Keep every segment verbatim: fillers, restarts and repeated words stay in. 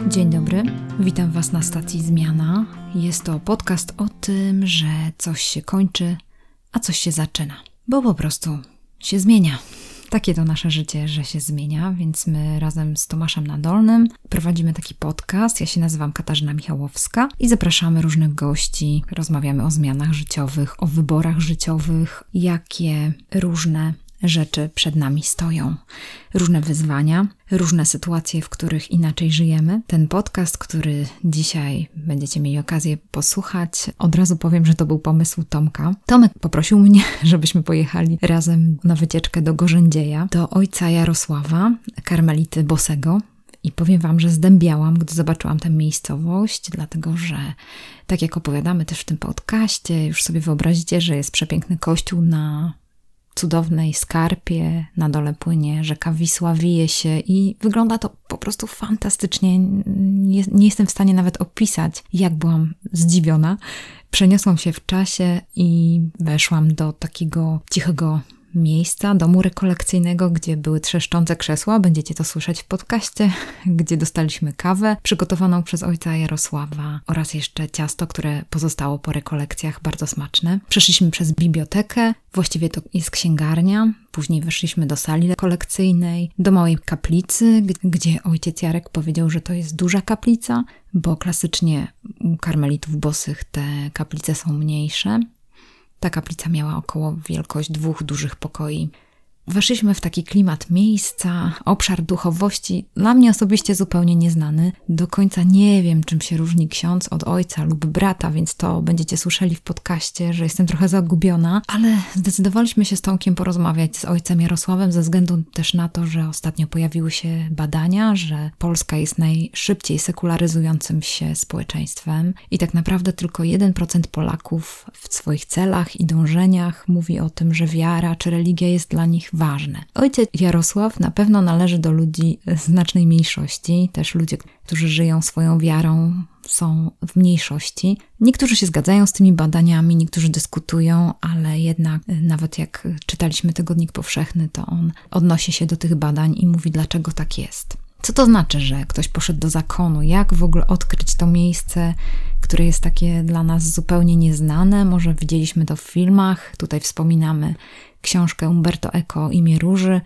Dzień dobry, witam Was na stacji Zmiana. Jest to podcast o tym, że coś się kończy, a coś się zaczyna. Bo po prostu się zmienia. Takie to nasze życie, że się zmienia, więc my razem z Tomaszem Nadolnym prowadzimy taki podcast. Ja się nazywam Katarzyna Michałowska i zapraszamy różnych gości. Rozmawiamy o zmianach życiowych, o wyborach życiowych, jakie różne rzeczy przed nami stoją. Różne wyzwania, różne sytuacje, w których inaczej żyjemy. Ten podcast, który dzisiaj będziecie mieli okazję posłuchać, od razu powiem, że to był pomysł Tomka. Tomek poprosił mnie, żebyśmy pojechali razem na wycieczkę do Gorzędzieja, do ojca Jarosława, karmelity Bosego. I powiem Wam, że zdębiałam, gdy zobaczyłam tę miejscowość, dlatego że, tak jak opowiadamy też w tym podcaście, już sobie wyobrazicie, że jest przepiękny kościół na cudownej skarpie, na dole płynie rzeka Wisła, wije się i wygląda to po prostu fantastycznie. Nie, nie jestem w stanie nawet opisać, jak byłam zdziwiona. Przeniosłam się w czasie i weszłam do takiego cichego miejsca, domu rekolekcyjnego, gdzie były trzeszczące krzesła, będziecie to słyszeć w podcaście, gdzie dostaliśmy kawę przygotowaną przez ojca Jarosława oraz jeszcze ciasto, które pozostało po rekolekcjach, bardzo smaczne. Przeszliśmy przez bibliotekę, właściwie to jest księgarnia, później weszliśmy do sali rekolekcyjnej, do małej kaplicy, gdzie ojciec Jarek powiedział, że to jest duża kaplica, bo klasycznie u karmelitów bosych te kaplice są mniejsze. Ta kaplica miała około wielkość dwóch dużych pokoi. Weszliśmy w taki klimat miejsca, obszar duchowości, dla mnie osobiście zupełnie nieznany. Do końca nie wiem, czym się różni ksiądz od ojca lub brata, więc to będziecie słyszeli w podcaście, że jestem trochę zagubiona, ale zdecydowaliśmy się z Tomkiem porozmawiać z ojcem Jarosławem ze względu też na to, że ostatnio pojawiły się badania, że Polska jest najszybciej sekularyzującym się społeczeństwem i tak naprawdę tylko jeden procent Polaków w swoich celach i dążeniach mówi o tym, że wiara czy religia jest dla nich ważne. Ojciec Jarosław na pewno należy do ludzi znacznej mniejszości, też ludzie, którzy żyją swoją wiarą, są w mniejszości. Niektórzy się zgadzają z tymi badaniami, niektórzy dyskutują, ale jednak nawet jak czytaliśmy Tygodnik Powszechny, to on odnosi się do tych badań i mówi, dlaczego tak jest. Co to znaczy, że ktoś poszedł do zakonu? Jak w ogóle odkryć to miejsce, które jest takie dla nas zupełnie nieznane? Może widzieliśmy to w filmach, tutaj wspominamy książkę Umberto Eco Imię Róży.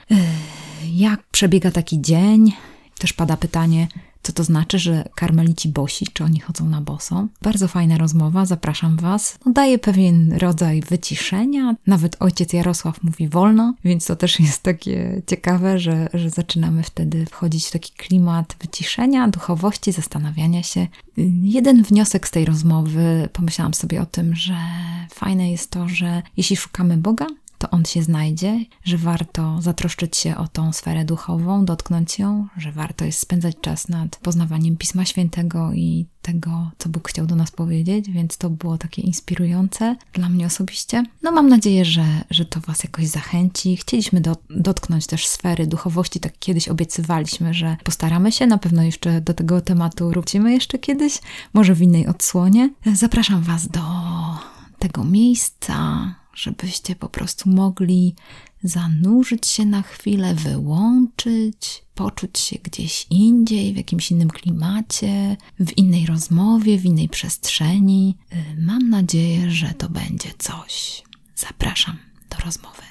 Jak przebiega taki dzień? Też pada pytanie, co to znaczy, że karmelici bosi, czy oni chodzą na boso? Bardzo fajna rozmowa, zapraszam Was. No, daje pewien rodzaj wyciszenia, nawet ojciec Jarosław mówi wolno, więc to też jest takie ciekawe, że, że zaczynamy wtedy wchodzić w taki klimat wyciszenia, duchowości, zastanawiania się. Jeden wniosek z tej rozmowy, pomyślałam sobie o tym, że fajne jest to, że jeśli szukamy Boga, to On się znajdzie, że warto zatroszczyć się o tą sferę duchową, dotknąć ją, że warto jest spędzać czas nad poznawaniem Pisma Świętego i tego, co Bóg chciał do nas powiedzieć, więc to było takie inspirujące dla mnie osobiście. No mam nadzieję, że, że to Was jakoś zachęci. Chcieliśmy do, dotknąć też sfery duchowości, tak kiedyś obiecywaliśmy, że postaramy się, na pewno jeszcze do tego tematu wrócimy jeszcze kiedyś, może w innej odsłonie. Zapraszam Was do tego miejsca, żebyście po prostu mogli zanurzyć się na chwilę, wyłączyć, poczuć się gdzieś indziej, w jakimś innym klimacie, w innej rozmowie, w innej przestrzeni. Mam nadzieję, że to będzie coś. Zapraszam do rozmowy.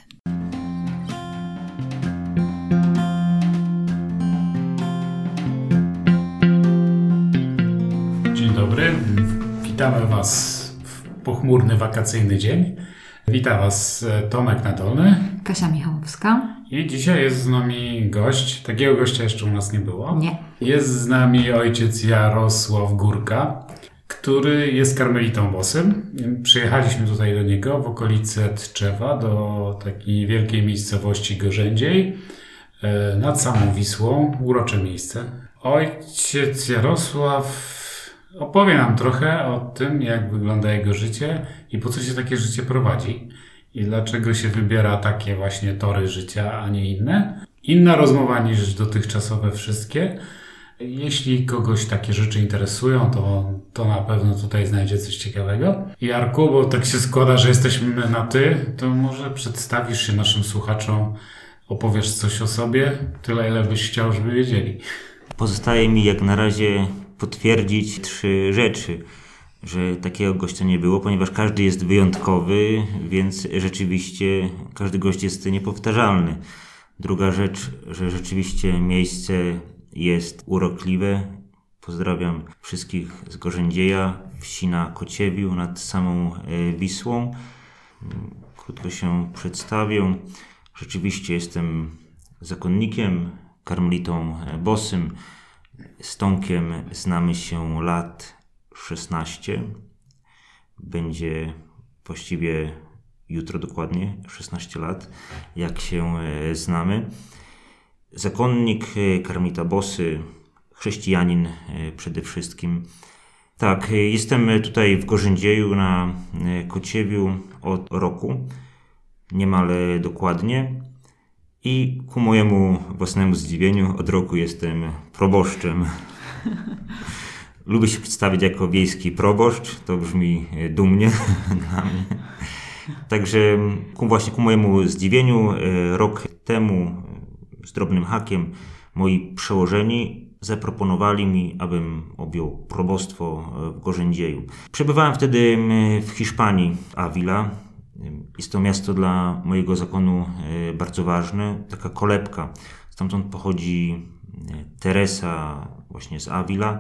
Dzień dobry, witamy Was w pochmurny, wakacyjny dzień. Witam Was Tomek Nadolny, Kasia Michałowska. I dzisiaj jest z nami gość. Takiego gościa jeszcze u nas nie było. Nie. Jest z nami ojciec Jarosław Górka, który jest karmelitą bosym. Przyjechaliśmy tutaj do niego w okolice Tczewa, do takiej wielkiej miejscowości Gorzędziej, nad samą Wisłą. Urocze miejsce. Ojciec Jarosław opowie nam trochę o tym, jak wygląda jego życie i po co się takie życie prowadzi i dlaczego się wybiera takie właśnie tory życia, a nie inne. Inna rozmowa niż dotychczasowe wszystkie. Jeśli kogoś takie rzeczy interesują, to, to na pewno tutaj znajdzie coś ciekawego. Jarku, bo tak się składa, że jesteśmy na ty, to może przedstawisz się naszym słuchaczom, opowiesz coś o sobie, tyle ile byś chciał, żeby wiedzieli. Pozostaje mi jak na razie potwierdzić trzy rzeczy. Że takiego gościa nie było, ponieważ każdy jest wyjątkowy, więc rzeczywiście każdy gość jest niepowtarzalny. Druga rzecz, że rzeczywiście miejsce jest urokliwe. Pozdrawiam wszystkich z Gorzędzieja, wsi na Kociewiu nad samą Wisłą. Krótko się przedstawię. Rzeczywiście jestem zakonnikiem, karmelitą bosym. Z Tomkiem znamy się lat szesnaście. Będzie właściwie jutro dokładnie szesnaście lat, jak się znamy. Zakonnik, karmelita bosy, chrześcijanin przede wszystkim. Tak, jestem tutaj w Gorzędzieju na Kociewiu od roku, niemal dokładnie. I ku mojemu własnemu zdziwieniu od roku jestem proboszczem. Lubię się przedstawić jako wiejski proboszcz, to brzmi dumnie dla mnie. Także ku, właśnie ku mojemu zdziwieniu rok temu z drobnym hakiem moi przełożeni zaproponowali mi, abym objął probostwo w Gorzędzieju. Przebywałem wtedy w Hiszpanii, Avila. Jest to miasto dla mojego zakonu bardzo ważne, taka kolebka. Stamtąd pochodzi Teresa właśnie z Avila,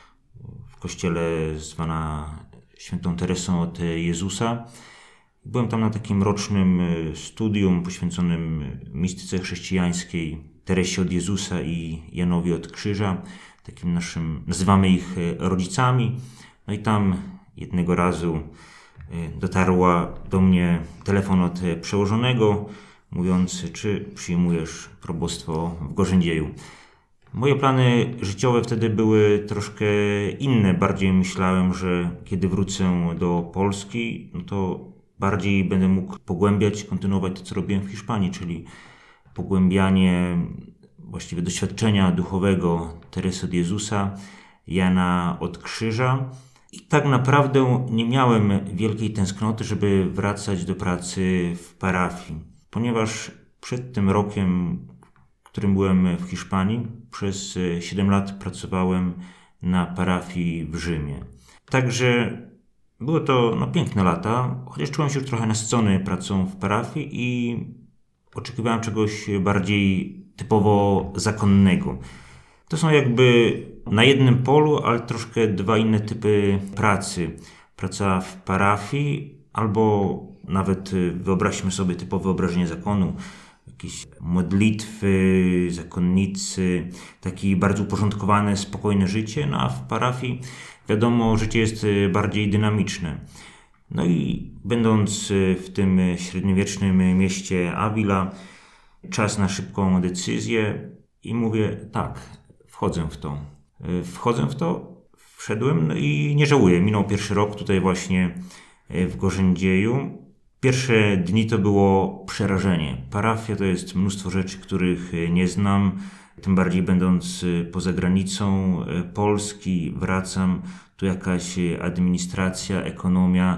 w kościele zwana świętą Teresą od Jezusa. Byłem tam na takim rocznym studium poświęconym mistyce chrześcijańskiej, Teresie od Jezusa i Janowi od Krzyża. Takim naszym, nazywamy ich rodzicami. No i tam jednego razu dotarła do mnie telefon od przełożonego mówiący, czy przyjmujesz probostwo w Gorzędzieju. Moje plany życiowe wtedy były troszkę inne. Bardziej myślałem, że kiedy wrócę do Polski, no to bardziej będę mógł pogłębiać, kontynuować to, co robiłem w Hiszpanii, czyli pogłębianie właściwie doświadczenia duchowego Teresy od Jezusa, Jana od Krzyża. I tak naprawdę nie miałem wielkiej tęsknoty, żeby wracać do pracy w parafii, ponieważ przed tym rokiem, w którym byłem w Hiszpanii, przez siedem lat pracowałem na parafii w Rzymie. Także były to no, piękne lata, chociaż czułem się już trochę nasycony pracą w parafii i oczekiwałem czegoś bardziej typowo zakonnego. To są jakby na jednym polu, ale troszkę dwa inne typy pracy. Praca w parafii albo nawet wyobraźmy sobie typowe wyobrażenie zakonu. Jakieś modlitwy, zakonnicy, takie bardzo uporządkowane, spokojne życie. No a w parafii wiadomo, życie jest bardziej dynamiczne. No i będąc w tym średniowiecznym mieście Avila, czas na szybką decyzję i mówię tak, wchodzę w to. Wchodzę w to, wszedłem no i nie żałuję. Minął pierwszy rok tutaj właśnie w Gorzędzieju. Pierwsze dni to było przerażenie. Parafia to jest mnóstwo rzeczy, których nie znam. Tym bardziej będąc poza granicą Polski, wracam. Tu jakaś administracja, ekonomia,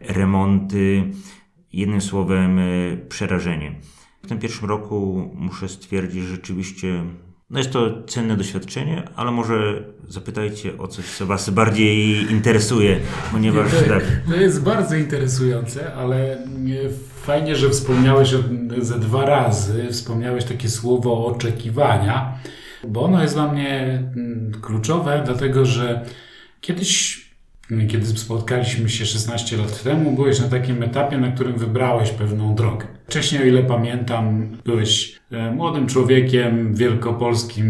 remonty. Jednym słowem przerażenie. W tym pierwszym roku muszę stwierdzić, że rzeczywiście no jest to cenne doświadczenie, ale może zapytajcie o coś, co was bardziej interesuje, ponieważ to, tak. To jest bardzo interesujące, ale fajnie, że wspomniałeś ze dwa razy, wspomniałeś takie słowo oczekiwania, bo ono jest dla mnie kluczowe, dlatego że kiedyś, kiedy spotkaliśmy się szesnaście lat temu, byłeś na takim etapie, na którym wybrałeś pewną drogę. Wcześniej, o ile pamiętam, byłeś młodym człowiekiem w wielkopolskim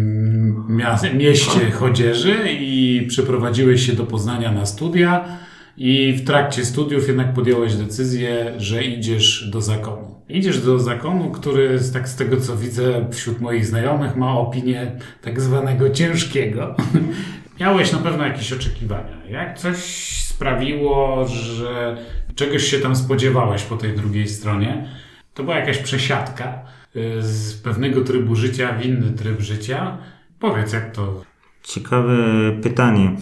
mieście Chodzieży i przeprowadziłeś się do Poznania na studia i w trakcie studiów jednak podjąłeś decyzję, że idziesz do zakonu. Idziesz do zakonu, który tak z tego co widzę wśród moich znajomych ma opinię tak zwanego ciężkiego. Miałeś na pewno jakieś oczekiwania. Jak coś sprawiło, że czegoś się tam spodziewałeś po tej drugiej stronie? To była jakaś przesiadka z pewnego trybu życia w inny tryb życia. Powiedz, jak to... Ciekawe pytanie.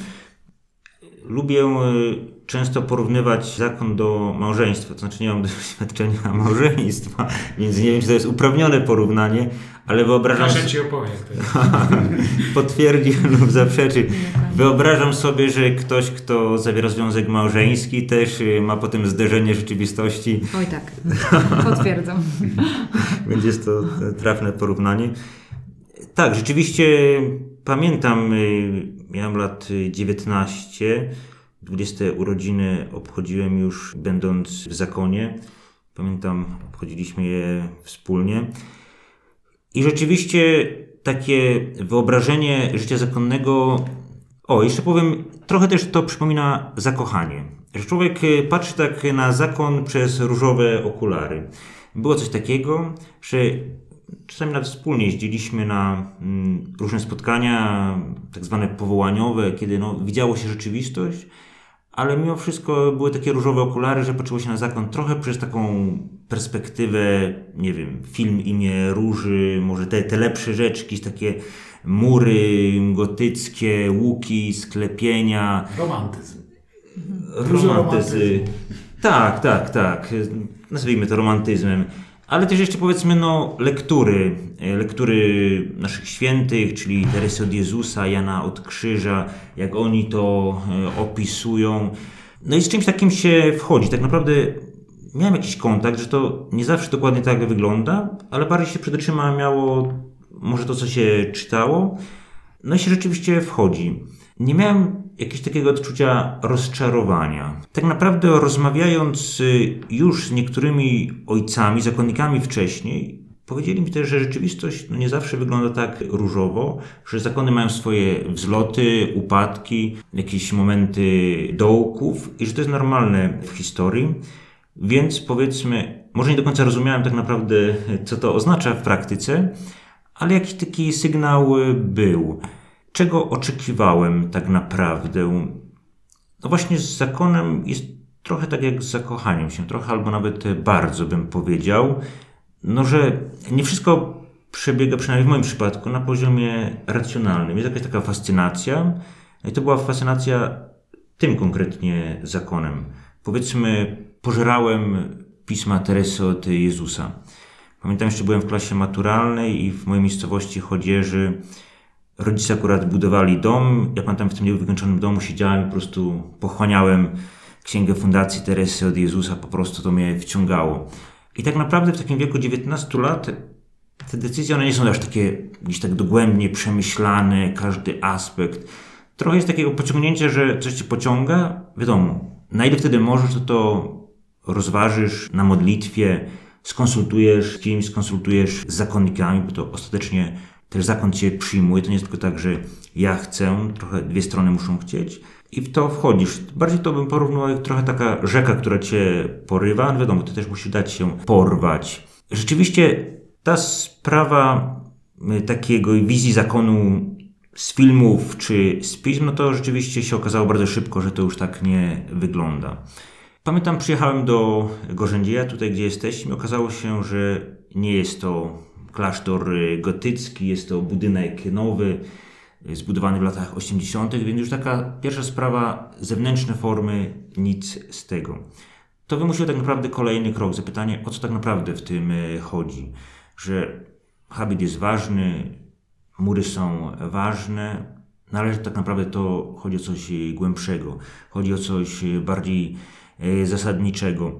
Lubię często porównywać zakon do małżeństwa. To znaczy nie mam doświadczenia małżeństwa, więc nie wiem, czy to jest uprawnione porównanie, ale wyobrażam Proszę sobie... ci opowiem. Potwierdzi lub zaprzeczy. Wyobrażam sobie, że ktoś, kto zawiera związek małżeński, też ma potem zderzenie rzeczywistości. Oj tak, potwierdzam. Więc jest to trafne porównanie. Tak, rzeczywiście pamiętam, miałem lat dziewiętnaście, dwudzieste urodziny obchodziłem już będąc w zakonie. Pamiętam, obchodziliśmy je wspólnie. I rzeczywiście takie wyobrażenie życia zakonnego, o jeszcze powiem, trochę też to przypomina zakochanie. Że człowiek patrzy tak na zakon przez różowe okulary. Było coś takiego, że czasami nawet wspólnie jeździliśmy na mm, różne spotkania, tak zwane powołaniowe, kiedy no, widziało się rzeczywistość, ale mimo wszystko były takie różowe okulary, że patrzyło się na zakon trochę przez taką perspektywę, nie wiem, film Imię Róży, może te, te lepsze rzeczy, jakieś takie mury gotyckie, łuki, sklepienia. Romantyzm. Romantyzm. Tak, tak, tak. Nazwijmy to romantyzmem. Ale też jeszcze powiedzmy, no, lektury, lektury naszych świętych, czyli Teresy od Jezusa, Jana od Krzyża, jak oni to opisują. No i z czymś takim się wchodzi. Tak naprawdę miałem jakiś kontakt, że to nie zawsze dokładnie tak wygląda, ale bardziej się przed oczyma miało może to, co się czytało. No i się rzeczywiście wchodzi. Nie miałem jakiegoś takiego odczucia rozczarowania. Tak naprawdę rozmawiając już z niektórymi ojcami, zakonnikami wcześniej, powiedzieli mi też, że rzeczywistość no nie zawsze wygląda tak różowo, że zakony mają swoje wzloty, upadki, jakieś momenty dołków i że to jest normalne w historii. Więc powiedzmy, może nie do końca rozumiałem tak naprawdę, co to oznacza w praktyce, ale jakiś taki sygnał był. Czego oczekiwałem tak naprawdę? No właśnie z zakonem jest trochę tak jak z zakochaniem się, trochę albo nawet bardzo bym powiedział, no że nie wszystko przebiega, przynajmniej w moim przypadku, na poziomie racjonalnym. Jest jakaś taka fascynacja i to była fascynacja tym konkretnie zakonem. Powiedzmy, pożerałem pisma Teresy od Jezusa. Pamiętam, jeszcze byłem w klasie maturalnej i w mojej miejscowości Chodzieży rodzice akurat budowali dom. Ja pamiętam, w tym niewykończonym domu siedziałem i po prostu pochłaniałem księgę Fundacji Teresy od Jezusa. Po prostu to mnie wciągało. I tak naprawdę w takim wieku dziewiętnastu lat te decyzje, one nie są aż takie gdzieś tak dogłębnie przemyślane, każdy aspekt. Trochę jest takiego pociągnięcia, że coś cię pociąga. Wiadomo, na ile wtedy możesz, to to rozważysz na modlitwie, skonsultujesz z kimś, skonsultujesz z zakonnikami, bo to ostatecznie też zakon cię przyjmuje. To nie jest tylko tak, że ja chcę, trochę dwie strony muszą chcieć i w to wchodzisz. Bardziej to bym porównał jak trochę taka rzeka, która cię porywa. No wiadomo, ty też musisz dać się porwać. Rzeczywiście ta sprawa takiego wizji zakonu z filmów czy z pism, no to rzeczywiście się okazało bardzo szybko, że to już tak nie wygląda. Pamiętam, przyjechałem do Gorzędzieja, tutaj gdzie jesteśmy. Okazało się, że nie jest to klasztor gotycki, jest to budynek nowy, zbudowany w latach osiemdziesiątych, więc już taka pierwsza sprawa, zewnętrzne formy, nic z tego. To wymusiło tak naprawdę kolejny krok, zapytanie, o co tak naprawdę w tym chodzi. Że habit jest ważny, mury są ważne, no ale tak naprawdę to chodzi o coś głębszego, chodzi o coś bardziej zasadniczego.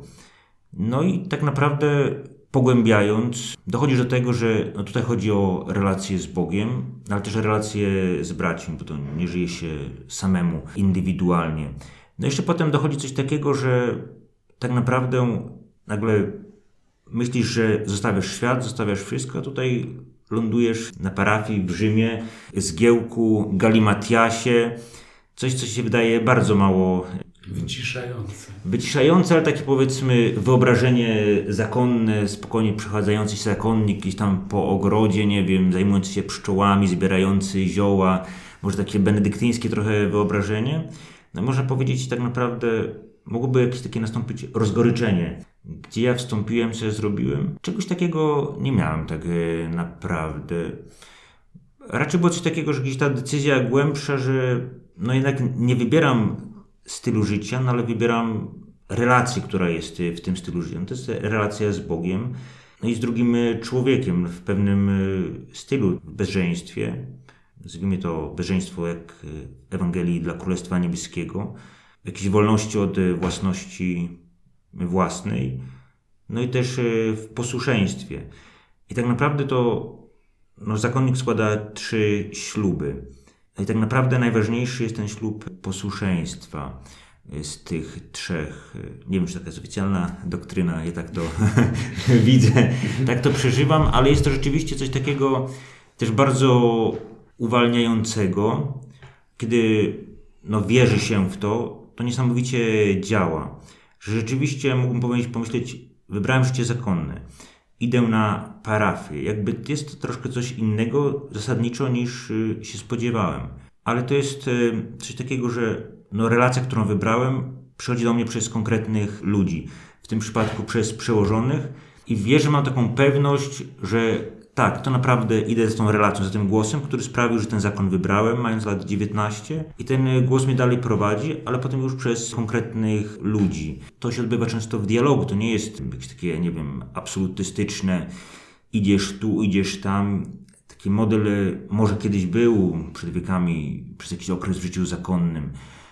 No i tak naprawdę pogłębiając, dochodzisz do tego, że no tutaj chodzi o relacje z Bogiem, ale też relacje z braćmi, bo to nie żyje się samemu, indywidualnie. No jeszcze potem dochodzi coś takiego, że tak naprawdę nagle myślisz, że zostawiasz świat, zostawiasz wszystko, a tutaj lądujesz na parafii w Rzymie, zgiełku, galimatiasie, coś, co się wydaje bardzo mało Wyciszające. Wyciszające, ale takie powiedzmy wyobrażenie zakonne, spokojnie przechadzający się zakonnik gdzieś tam po ogrodzie, nie wiem, zajmujący się pszczołami, zbierający zioła, może takie benedyktyńskie trochę wyobrażenie. No można powiedzieć tak naprawdę mogłoby jakieś takie nastąpić rozgoryczenie. Gdzie ja wstąpiłem, co ja zrobiłem? Czegoś takiego nie miałem tak naprawdę. Raczej było coś takiego, że gdzieś ta decyzja głębsza, że no jednak nie wybieram stylu życia, no ale wybieram relację, która jest w tym stylu życia. No to jest relacja z Bogiem, no i z drugim człowiekiem w pewnym stylu, w bezżeństwie. nazwijmy to bezżeństwo jak w Ewangelii dla Królestwa Niebieskiego, w jakiejś wolności od własności własnej, no i też w posłuszeństwie. I tak naprawdę to no, zakonnik składa trzy śluby. I tak naprawdę najważniejszy jest ten ślub posłuszeństwa z tych trzech. Nie wiem, czy taka jest oficjalna doktryna, ja tak to widzę, tak to przeżywam, ale jest to rzeczywiście coś takiego też bardzo uwalniającego. Kiedy no, wierzy się w to, to niesamowicie działa. Że rzeczywiście mógłbym powiedzieć, pomyśleć, wybrałem życie zakonne. Idę na parafię. Jakby jest to troszkę coś innego zasadniczo niż się spodziewałem. Ale to jest coś takiego, że no, relacja, którą wybrałem, przychodzi do mnie przez konkretnych ludzi. W tym przypadku przez przełożonych. I wierzę, mam taką pewność, że tak, to naprawdę idę z tą relacją, za tym głosem, który sprawił, że ten zakon wybrałem, mając lat dziewiętnaście. I ten głos mnie dalej prowadzi, ale potem już przez konkretnych ludzi. To się odbywa często w dialogu, to nie jest jakieś takie, nie wiem, absolutystyczne. Idziesz tu, idziesz tam. Taki model może kiedyś był przed wiekami, przez jakiś okres w życiu zakonnym.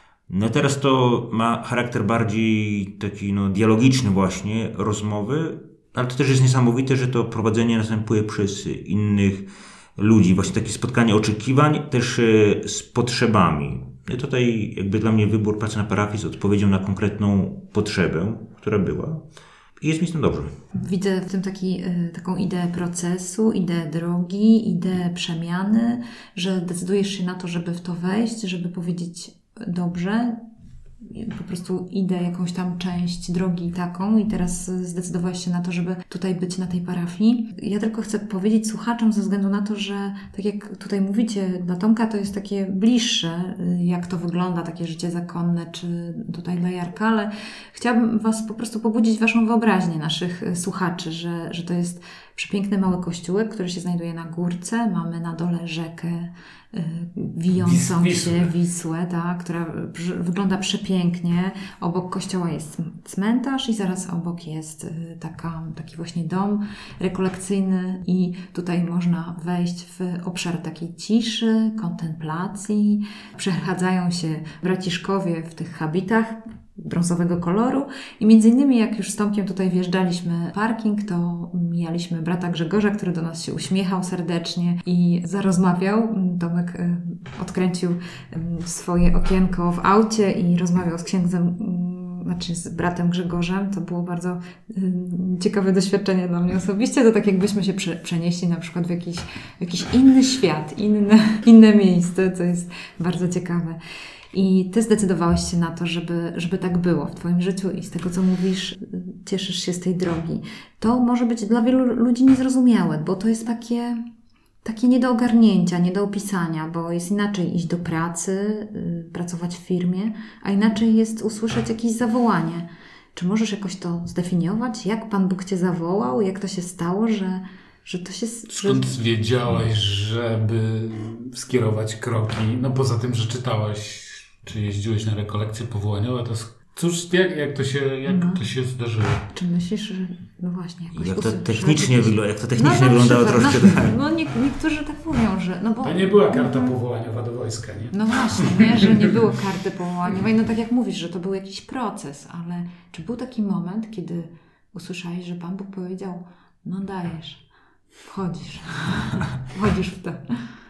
No teraz to ma charakter bardziej taki no, dialogiczny właśnie, rozmowy, ale to też jest niesamowite, że to prowadzenie następuje przez innych ludzi. Właśnie takie spotkanie oczekiwań też z potrzebami. I tutaj jakby dla mnie wybór pracy na parafii jest odpowiedzią na konkretną potrzebę, która była. I jest mi z tym dobrze. Widzę w tym taki, taką ideę procesu, ideę drogi, ideę przemiany, że decydujesz się na to, żeby w to wejść, żeby powiedzieć dobrze, po prostu idę jakąś tam część drogi taką i teraz zdecydowałeś się na to, żeby tutaj być na tej parafii. Ja tylko chcę powiedzieć słuchaczom ze względu na to, że tak jak tutaj mówicie, dla Tomka to jest takie bliższe, jak to wygląda, takie życie zakonne, czy tutaj dla Jarka, ale chciałabym Was po prostu pobudzić Waszą wyobraźnię, naszych słuchaczy, że, że to jest przepiękny mały kościółek, który się znajduje na górce. Mamy na dole rzekę y, wijącą Wis- się, Wisłę, tak, która pr- wygląda przepięknie. Obok kościoła jest cmentarz i zaraz obok jest y, taka, taki właśnie dom rekolekcyjny i tutaj można wejść w obszar takiej ciszy, kontemplacji. Przechadzają się braciszkowie w tych habitach brązowego koloru i między innymi jak już z Tomkiem tutaj wjeżdżaliśmy parking, to mijaliśmy brata Grzegorza, który do nas się uśmiechał serdecznie i zarozmawiał. Tomek y, odkręcił y, swoje okienko w aucie i rozmawiał z księdzem, y, znaczy z bratem Grzegorzem. To było bardzo y, ciekawe doświadczenie dla mnie osobiście. To tak jakbyśmy się prze, przenieśli na przykład w jakiś, w jakiś inny świat, inne, inne miejsce, co jest bardzo ciekawe. I Ty zdecydowałeś się na to, żeby, żeby tak było w Twoim życiu i z tego, co mówisz, cieszysz się z tej drogi. To może być dla wielu ludzi niezrozumiałe, bo to jest takie, takie nie do ogarnięcia, nie do opisania, bo jest inaczej iść do pracy, yy, pracować w firmie, a inaczej jest usłyszeć jakieś zawołanie. Czy możesz jakoś to zdefiniować? Jak Pan Bóg Cię zawołał? Jak to się stało, że, że to się... Skąd że... wiedziałeś, żeby skierować kroki? No poza tym, że czytałeś, czy jeździłeś na rekolekcje powołaniowe, to cóż, jak, jak, to, się, jak no. to się zdarzyło? Czy myślisz, że no właśnie... Jakoś jak, to technicznie jakieś... wygląda, jak to technicznie no, wyglądało przykład, troszkę... No, no nie, niektórzy tak mówią, że... No bo, to nie była karta powołaniowa do wojska, nie? No właśnie, nie, że nie było karty powołaniowej. No tak jak mówisz, że to był jakiś proces, ale czy był taki moment, kiedy usłyszałeś, że Pan Bóg powiedział, no dajesz, wchodzisz, wchodzisz w to.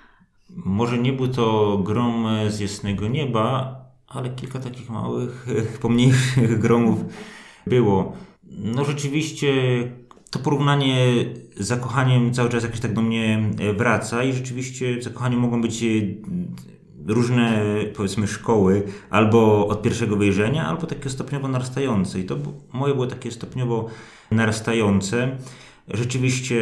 Może nie był to grom z jasnego nieba, ale kilka takich małych, pomniejszych gromów było. No rzeczywiście to porównanie z zakochaniem cały czas jakoś tak do mnie wraca i rzeczywiście zakochaniem mogą być różne, powiedzmy, szkoły, albo od pierwszego wejrzenia, albo takie stopniowo narastające. I to moje było takie stopniowo narastające. Rzeczywiście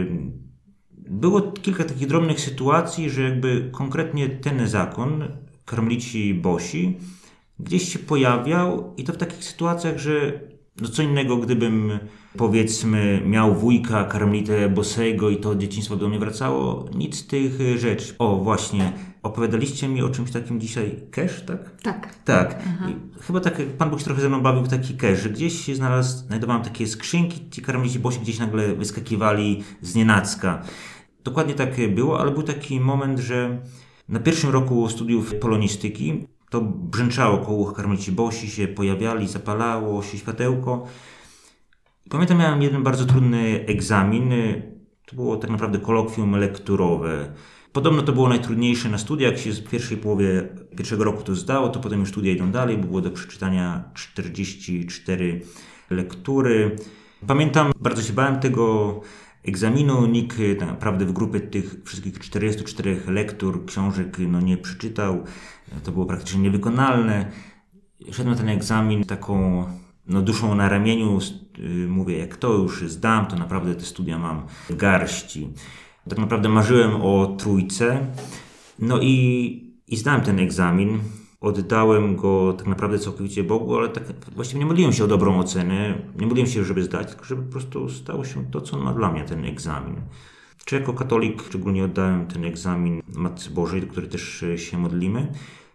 było kilka takich drobnych sytuacji, że jakby konkretnie ten zakon, karmelici bosi, gdzieś się pojawiał i to w takich sytuacjach, że no co innego, gdybym powiedzmy miał wujka karmelitę bosego i to od dzieciństwa do mnie wracało, nic z tych rzeczy. O właśnie, opowiadaliście mi o czymś takim dzisiaj, cash, tak? Tak. Tak. I chyba tak Pan Bóg się trochę ze mną bawił w taki cash, że gdzieś się znalazł, znajdowałem takie skrzynki, ci karmelici bosi gdzieś nagle wyskakiwali z nienacka. Dokładnie tak było, ale był taki moment, że Na pierwszym roku studiów polonistyki to brzęczało koło karmelici bosi, się pojawiali, zapalało się światełko. Pamiętam, miałem jeden bardzo trudny egzamin. To było tak naprawdę kolokwium lekturowe. Podobno to było najtrudniejsze na studiach. Jak się w pierwszej połowie pierwszego roku to zdało, to potem już studia idą dalej, bo było do przeczytania czterdzieści cztery lektury. Pamiętam, bardzo się bałem tego egzaminu. Nikt tak naprawdę w grupie tych wszystkich czterdziestu czterech lektur, książek no, nie przeczytał. To było praktycznie niewykonalne. Szedłem na ten egzamin taką no, duszą na ramieniu. Mówię, jak to już zdam, to naprawdę te studia mam w garści. Tak naprawdę marzyłem o trójce. No i, i zdałem ten egzamin. Oddałem go tak naprawdę całkowicie Bogu, ale tak właściwie nie modliłem się o dobrą ocenę. Nie modliłem się, żeby zdać, tylko żeby po prostu stało się to, co on ma dla mnie, ten egzamin. Czy jako katolik szczególnie oddałem ten egzamin Matce Bożej, do której też się modlimy.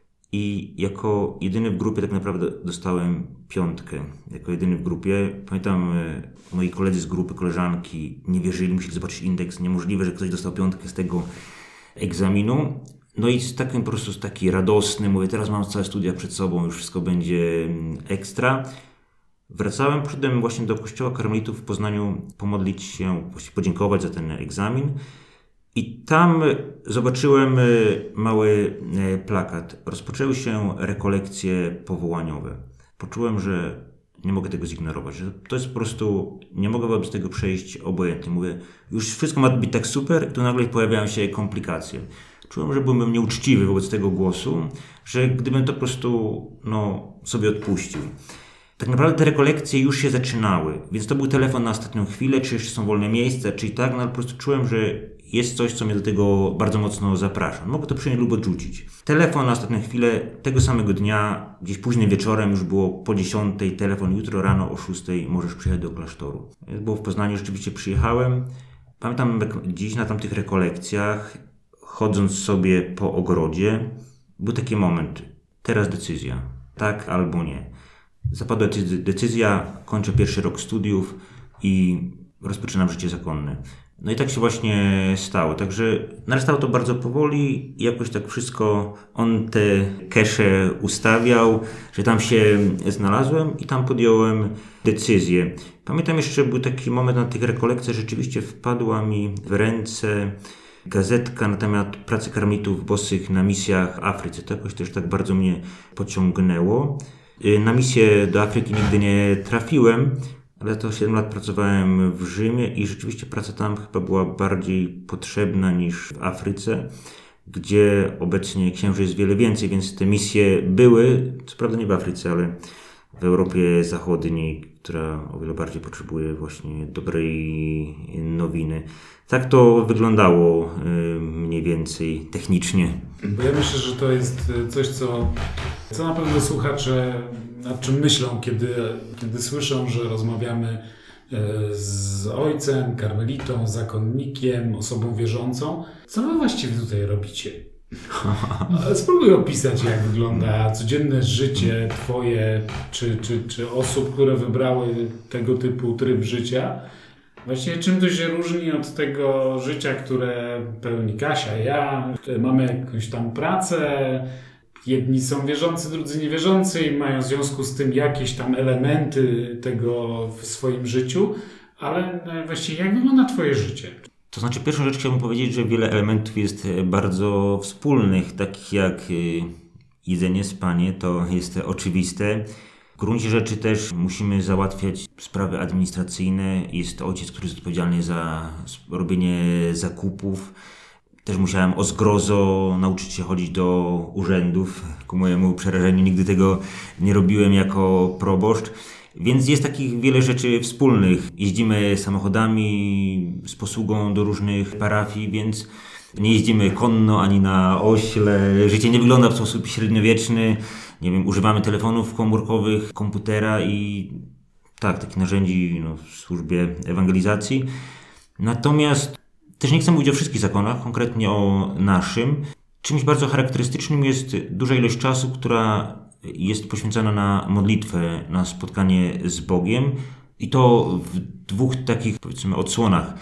I jako jedyny w grupie tak naprawdę dostałem piątkę. Jako jedyny w grupie. Pamiętam, moi koledzy z grupy, koleżanki nie wierzyli, musieli zobaczyć indeks. Niemożliwe, że ktoś dostał piątkę z tego egzaminu. No i z takim po prostu taki radosny, mówię, teraz mam całe studia przed sobą, już wszystko będzie ekstra. Wracałem, przyszedłem właśnie do kościoła karmelitów w Poznaniu pomodlić się, właściwie podziękować za ten egzamin. I tam zobaczyłem mały plakat. Rozpoczęły się rekolekcje powołaniowe. Poczułem, że nie mogę tego zignorować, że to jest po prostu, nie mogę wobec tego przejść obojętnie. Mówię, już wszystko ma być tak super i tu nagle pojawiają się komplikacje. Czułem, że byłbym nieuczciwy wobec tego głosu, że gdybym to po prostu no, sobie odpuścił. Tak naprawdę te rekolekcje już się zaczynały, więc to był telefon na ostatnią chwilę, czy jeszcze są wolne miejsca, czy i tak, no ale po prostu czułem, że jest coś, co mnie do tego bardzo mocno zaprasza. Mogę to przyjąć lub odrzucić. Telefon na ostatnią chwilę, tego samego dnia, gdzieś późnym wieczorem, już było po dziesiątej, telefon, jutro rano o szóstej możesz przyjechać do klasztoru. Było w Poznaniu, rzeczywiście przyjechałem. Pamiętam dziś na tamtych rekolekcjach, chodząc sobie po ogrodzie, był taki moment, teraz decyzja, tak albo nie. Zapadła decyzja, kończę pierwszy rok studiów i rozpoczynam życie zakonne. No i tak się właśnie stało, także narastało to bardzo powoli i jakoś tak wszystko, on te kesze ustawiał, że tam się znalazłem i tam podjąłem decyzję. Pamiętam jeszcze, był taki moment na tych rekolekcjach, rzeczywiście wpadła mi w ręce gazetka na temat pracy karmelitów bosych na misjach w Afryce. To jakoś też tak bardzo mnie pociągnęło. Na misję do Afryki nigdy nie trafiłem, ale to siedem lat pracowałem w Rzymie i rzeczywiście praca tam chyba była bardziej potrzebna niż w Afryce, gdzie obecnie księży jest wiele więcej, więc te misje były, co prawda nie w Afryce, ale w Europie Zachodniej, która o wiele bardziej potrzebuje właśnie dobrej nowiny. Tak to wyglądało mniej więcej technicznie. Bo ja myślę, że to jest coś, co, co na pewno słuchacze nad czym myślą, kiedy, kiedy słyszą, że rozmawiamy z ojcem, karmelitą, zakonnikiem, osobą wierzącą. Co wy właściwie tutaj robicie? Spróbuj opisać, jak wygląda codzienne życie twoje, czy, czy, czy osób, które wybrały tego typu tryb życia. Właściwie czym to się różni od tego życia, które pełni Kasia, ja. Mamy jakąś tam pracę, jedni są wierzący, drudzy niewierzący i mają w związku z tym jakieś tam elementy tego w swoim życiu, ale właściwie jak wygląda twoje życie? To znaczy, pierwszą rzecz chciałbym powiedzieć, że wiele elementów jest bardzo wspólnych, takich jak jedzenie, spanie, to jest oczywiste. W gruncie rzeczy też musimy załatwiać sprawy administracyjne. Jest ojciec, który jest odpowiedzialny za robienie zakupów. Też musiałem o zgrozo nauczyć się chodzić do urzędów. Ku mojemu przerażeniu nigdy tego nie robiłem jako proboszcz. Więc jest takich wiele rzeczy wspólnych. Jeździmy samochodami z posługą do różnych parafii, więc nie jeździmy konno ani na ośle. Życie nie wygląda w sposób średniowieczny. Nie wiem, używamy telefonów komórkowych, komputera i tak, takich narzędzi no, w służbie ewangelizacji. Natomiast też nie chcę mówić o wszystkich zakonach, konkretnie o naszym. Czymś bardzo charakterystycznym jest duża ilość czasu, która jest poświęcona na modlitwę, na spotkanie z Bogiem i to w dwóch takich, powiedzmy, odsłonach.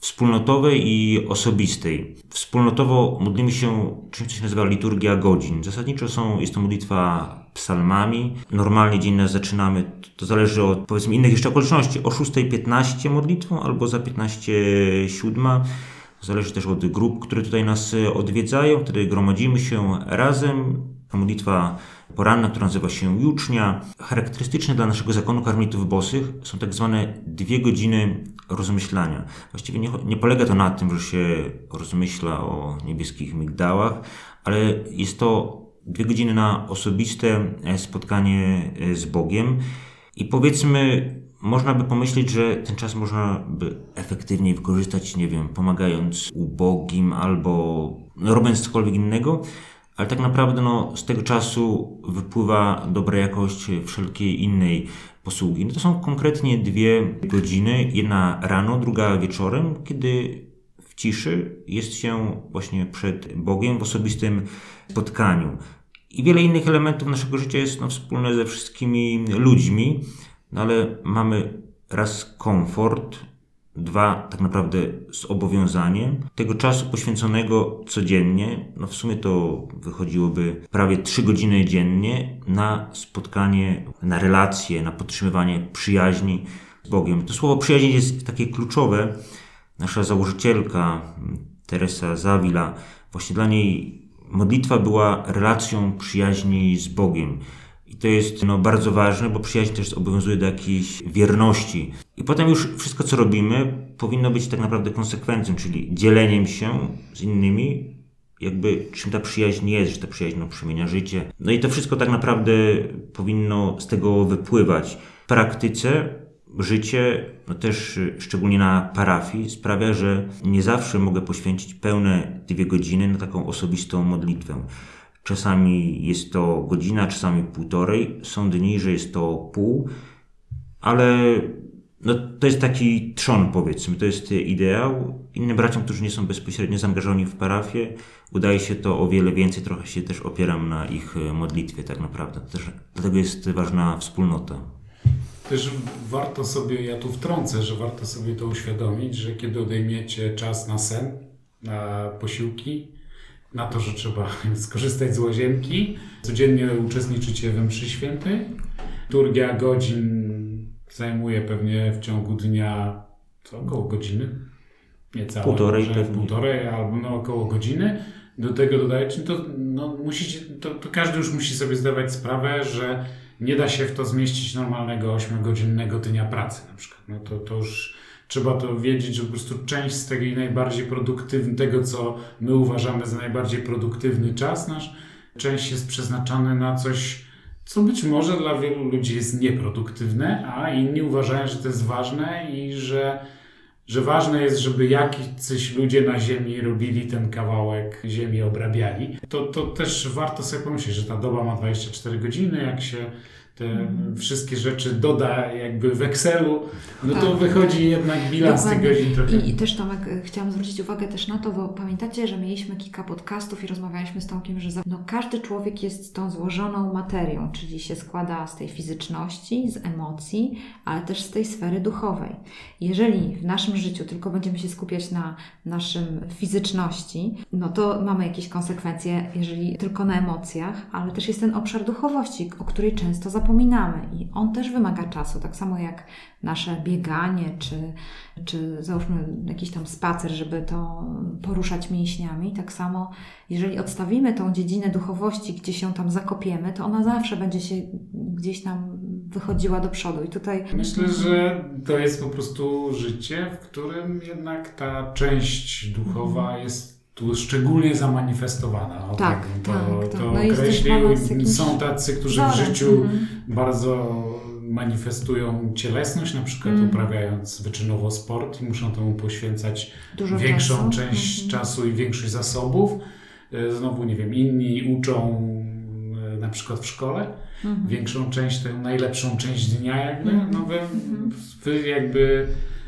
wspólnotowej i osobistej. Wspólnotowo modlimy się czymś, co się nazywa liturgia godzin. Zasadniczo są, jest to modlitwa psalmami. Normalnie dzień nas zaczynamy, to zależy od powiedzmy innych jeszcze okoliczności, o szósta piętnaście modlitwą albo za piętnaście siódma. Zależy też od grup, które tutaj nas odwiedzają. Wtedy gromadzimy się razem. Modlitwa poranna, która nazywa się jucznia. Charakterystyczne dla naszego zakonu karmelitów bosych są tak zwane dwie godziny rozmyślania. Właściwie nie, nie polega to na tym, że się rozmyśla o niebieskich migdałach, ale jest to dwie godziny na osobiste spotkanie z Bogiem. I powiedzmy, można by pomyśleć, że ten czas można by efektywniej wykorzystać, nie wiem, pomagając ubogim albo robiąc cokolwiek innego, ale tak naprawdę no, z tego czasu wypływa dobra jakość wszelkiej innej posługi. No to są konkretnie dwie godziny, jedna rano, druga wieczorem, kiedy w ciszy jest się właśnie przed Bogiem w osobistym spotkaniu. I wiele innych elementów naszego życia jest no, wspólne ze wszystkimi ludźmi, no ale mamy raz komfort, dwa tak naprawdę zobowiązanie tego czasu poświęconego codziennie, no w sumie to wychodziłoby prawie trzy godziny dziennie na spotkanie, na relacje, na podtrzymywanie przyjaźni z Bogiem. To słowo przyjaźń jest takie kluczowe. Nasza założycielka Teresa z Avila, właśnie dla niej modlitwa była relacją przyjaźni z Bogiem. I to jest no, bardzo ważne, bo przyjaźń też obowiązuje do jakiejś wierności. I potem już wszystko, co robimy, powinno być tak naprawdę konsekwencją, czyli dzieleniem się z innymi, jakby czym ta przyjaźń jest, że ta przyjaźń no, przemienia życie. No i to wszystko tak naprawdę powinno z tego wypływać. W praktyce życie, no też szczególnie na parafii, sprawia, że nie zawsze mogę poświęcić pełne dwie godziny na taką osobistą modlitwę. Czasami jest to godzina, czasami półtorej. Są dni, że jest to pół, ale no, to jest taki trzon, powiedzmy, to jest ideał. Innym braciom, którzy nie są bezpośrednio zaangażowani w parafię, udaje się to o wiele więcej. Trochę się też opieram na ich modlitwie tak naprawdę. Też, dlatego jest ważna wspólnota. Też warto sobie, ja tu wtrącę, że warto sobie to uświadomić, że kiedy odejmiecie czas na sen, na posiłki, na to, że trzeba skorzystać z łazienki, codziennie uczestniczycie we mszy świętej. Liturgia godzin zajmuje pewnie w ciągu dnia co, około godziny? Niecałe, półtorej, może półtorej albo no, około godziny. Do tego dodajecie, to, no, musicie, to, to każdy już musi sobie zdawać sprawę, że nie da się w to zmieścić normalnego ośmiogodzinnego dnia pracy na przykład. No to, to już trzeba to wiedzieć, że po prostu część z tego najbardziej produktywnego, tego co my uważamy za najbardziej produktywny czas nasz, część jest przeznaczana na coś, co być może dla wielu ludzi jest nieproduktywne, a inni uważają, że to jest ważne i że, że ważne jest, żeby jakiś ludzie na ziemi robili ten kawałek ziemi, obrabiali. To, to też warto sobie pomyśleć, że ta doba ma dwadzieścia cztery godziny, jak się te mm. wszystkie rzeczy doda jakby w Excelu, no to tak, wychodzi jednak bilans tych godzin trochę. I, I też Tomek, chciałam zwrócić uwagę też na to, bo pamiętacie, że mieliśmy kilka podcastów i rozmawialiśmy z Tomkiem, że no, każdy człowiek jest tą złożoną materią, czyli się składa z tej fizyczności, z emocji, ale też z tej sfery duchowej. Jeżeli w naszym życiu tylko będziemy się skupiać na naszym fizyczności, no to mamy jakieś konsekwencje, jeżeli tylko na emocjach, ale też jest ten obszar duchowości, o której często zapominamy. Zapominamy i on też wymaga czasu, tak samo jak nasze bieganie, czy, czy załóżmy jakiś tam spacer, żeby to poruszać mięśniami. Tak samo, jeżeli odstawimy tą dziedzinę duchowości, gdzie się tam zakopiemy, to ona zawsze będzie się gdzieś tam wychodziła do przodu. I tutaj myślę, że to jest po prostu życie, w którym jednak ta część duchowa mm. jest tu szczególnie zamanifestowana. O tak, to, tak, to tak. określił. No są tacy, którzy wzorem. w życiu mhm. bardzo manifestują cielesność, na przykład mm. uprawiając wyczynowo sport i muszą temu poświęcać Dużo większą czasu. część mm. czasu i większość zasobów. Znowu, nie wiem, inni uczą na przykład w szkole mm. większą część, tę najlepszą część dnia jakby, mm. no wy, wy jakby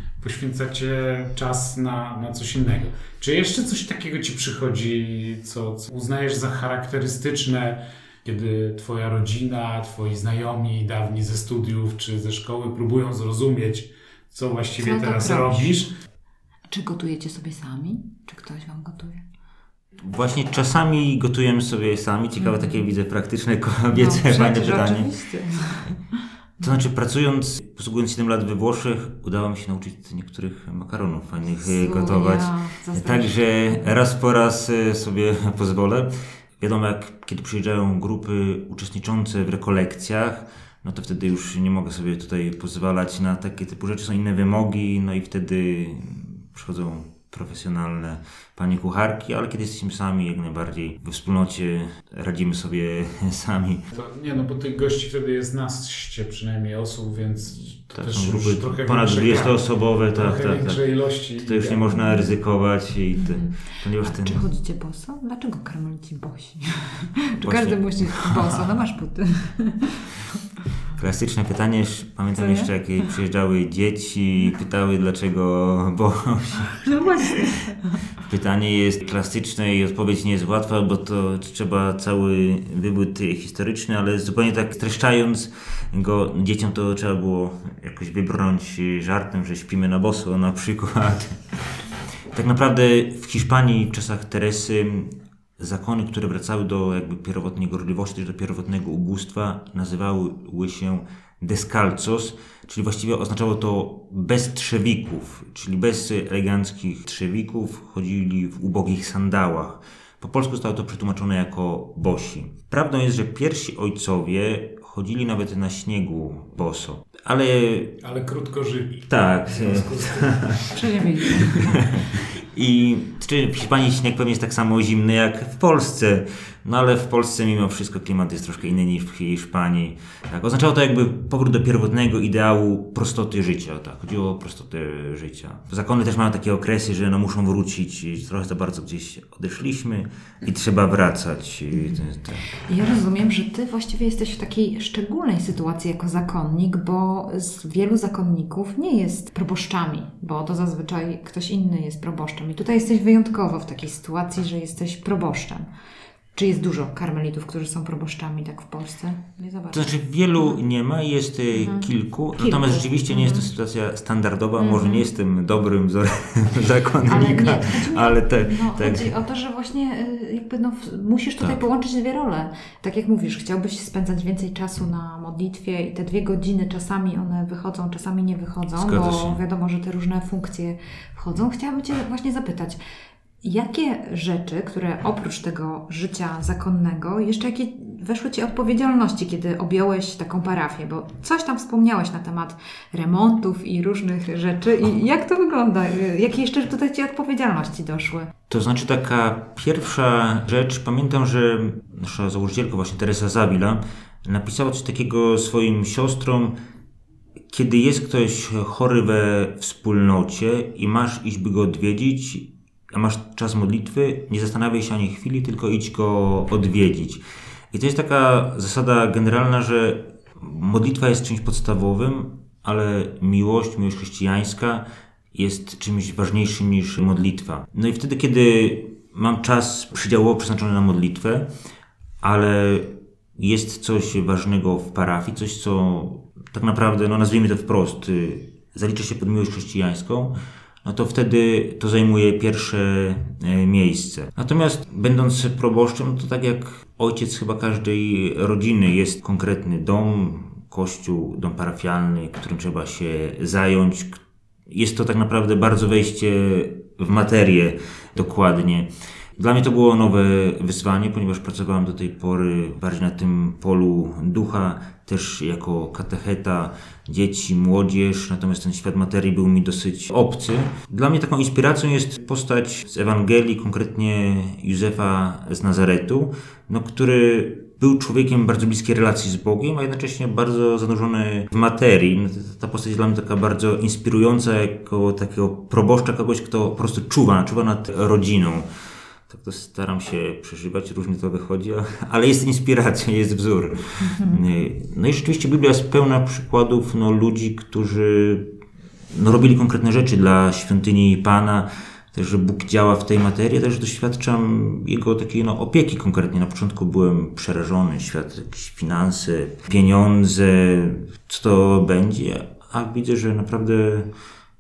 poświęcacie czas na, na coś innego. Czy jeszcze coś takiego Ci przychodzi, co, co uznajesz za charakterystyczne, kiedy Twoja rodzina, Twoi znajomi dawni ze studiów czy ze szkoły próbują zrozumieć, co właściwie co teraz robisz? Czy gotujecie sobie sami? Czy ktoś wam gotuje? Właśnie czasami gotujemy sobie sami. Ciekawe takie widzę praktyczne, kobiece, no, fajne pytanie. Oczywiście. To znaczy pracując, posługując siedem lat we Włoszech, udało mi się nauczyć niektórych makaronów fajnych Słuchaj, gotować. Ja, Także raz po raz sobie pozwolę. Wiadomo, jak kiedy przyjeżdżają grupy uczestniczące w rekolekcjach, no to wtedy już nie mogę sobie tutaj pozwalać na takie typu rzeczy, są inne wymogi, no i wtedy przychodzą profesjonalne panie kucharki, ale kiedy jesteśmy sami, jak najbardziej we wspólnocie radzimy sobie sami. To, nie no, bo tych gości wtedy jest naście przynajmniej osób, więc to tak, też są grupy trochę ponad dwudziestoosobowe, tak, tak, większej tak. ilości. To już nie można ryzykować. I te, mm. ponieważ A ten... czy chodzicie boso? Dlaczego karmelici bosi? Czy każdy musi boso? No masz buty. Klasyczne pytanie, pamiętam jeszcze jak przyjeżdżały dzieci i pytały dlaczego bosi. No właśnie. Pytanie jest klasyczne i odpowiedź nie jest łatwa, bo to trzeba cały wywód historyczny, ale zupełnie tak streszczając go dzieciom, to trzeba było jakoś wybrnąć żartem, że śpimy na boso na przykład. Tak naprawdę w Hiszpanii w czasach Teresy zakony, które wracały do jakby pierwotnej gorliwości, też do pierwotnego ubóstwa, nazywały się descalzos, czyli właściwie oznaczało to bez trzewików, czyli bez eleganckich trzewików, chodzili w ubogich sandałach. Po polsku zostało to przetłumaczone jako bosi. Prawdą jest, że pierwsi ojcowie chodzili nawet na śniegu boso. Ale... Ale krótko żyli. Tak. Przejemnie. I czy w Hiszpanii śnieg pewnie jest tak samo zimny jak w Polsce, no ale w Polsce mimo wszystko klimat jest troszkę inny niż w Hiszpanii. Tak, oznaczało to jakby powrót do pierwotnego ideału prostoty życia, tak, chodziło o prostotę życia. Zakony też mają takie okresy, że no muszą wrócić, trochę za bardzo gdzieś odeszliśmy i trzeba wracać. I tak. Ja rozumiem, że ty właściwie jesteś w takiej szczególnej sytuacji jako zakonnik, bo z wielu zakonników nie jest proboszczami, bo to zazwyczaj ktoś inny jest proboszczem. I tutaj jesteś wyjątkowo w takiej sytuacji, że jesteś proboszczem. Czy jest dużo karmelitów, którzy są proboszczami tak w Polsce? Nie za bardzo. To znaczy wielu mhm. nie ma, jest mhm. kilku, kilku, natomiast rzeczywiście mhm. nie jest to sytuacja standardowa, mhm. może nie jestem dobrym wzorem zakonnika, ale, nie, ale te, no, tak. Chodzi o to, że właśnie jakby no, musisz tutaj tak. połączyć dwie role. Tak jak mówisz, chciałbyś spędzać więcej czasu na modlitwie i te dwie godziny czasami one wychodzą, czasami nie wychodzą, Zgadza bo się. wiadomo, że te różne funkcje wchodzą. Chciałabym Cię właśnie zapytać, jakie rzeczy, które oprócz tego życia zakonnego, jeszcze jakie weszły Ci odpowiedzialności, kiedy objąłeś taką parafię? Bo coś tam wspomniałeś na temat remontów i różnych rzeczy. I jak to wygląda? Jakie jeszcze tutaj Ci odpowiedzialności doszły? To znaczy taka pierwsza rzecz, pamiętam, że nasza założycielka właśnie Teresa Zawila napisała coś takiego swoim siostrom: kiedy jest ktoś chory we wspólnocie i masz iść, by go odwiedzić, a masz czas modlitwy, nie zastanawiaj się ani chwili, tylko idź go odwiedzić. I to jest taka zasada generalna, że modlitwa jest czymś podstawowym, ale miłość, miłość chrześcijańska jest czymś ważniejszym niż modlitwa. No i wtedy, kiedy mam czas przydziałowo przeznaczony na modlitwę, ale jest coś ważnego w parafii, coś co tak naprawdę, no nazwijmy to wprost, zalicza się pod miłość chrześcijańską, no to wtedy to zajmuje pierwsze miejsce. Natomiast będąc proboszczem, to tak jak ojciec chyba każdej rodziny, jest konkretny dom, kościół, dom parafialny, którym trzeba się zająć. Jest to tak naprawdę bardzo wejście w materię dokładnie. Dla mnie to było nowe wyzwanie, ponieważ pracowałem do tej pory bardziej na tym polu ducha, też jako katecheta dzieci, młodzież, natomiast ten świat materii był mi dosyć obcy. Dla mnie taką inspiracją jest postać z Ewangelii, konkretnie Józefa z Nazaretu, no, który był człowiekiem bardzo bliskiej relacji z Bogiem, a jednocześnie bardzo zanurzony w materii. No, ta postać jest dla mnie taka bardzo inspirująca, jako takiego proboszcza, kogoś, kto po prostu czuwa, czuwa nad rodziną. Tak to staram się przeżywać, różnie to wychodzi, ale jest inspiracja, jest wzór. No i rzeczywiście Biblia jest pełna przykładów no, ludzi, którzy no, robili konkretne rzeczy dla świątyni Pana, też, że Bóg działa w tej materii, też doświadczam Jego takiej no, opieki konkretnie. Na początku byłem przerażony, świat, jakieś finanse, pieniądze, co to będzie, a widzę, że naprawdę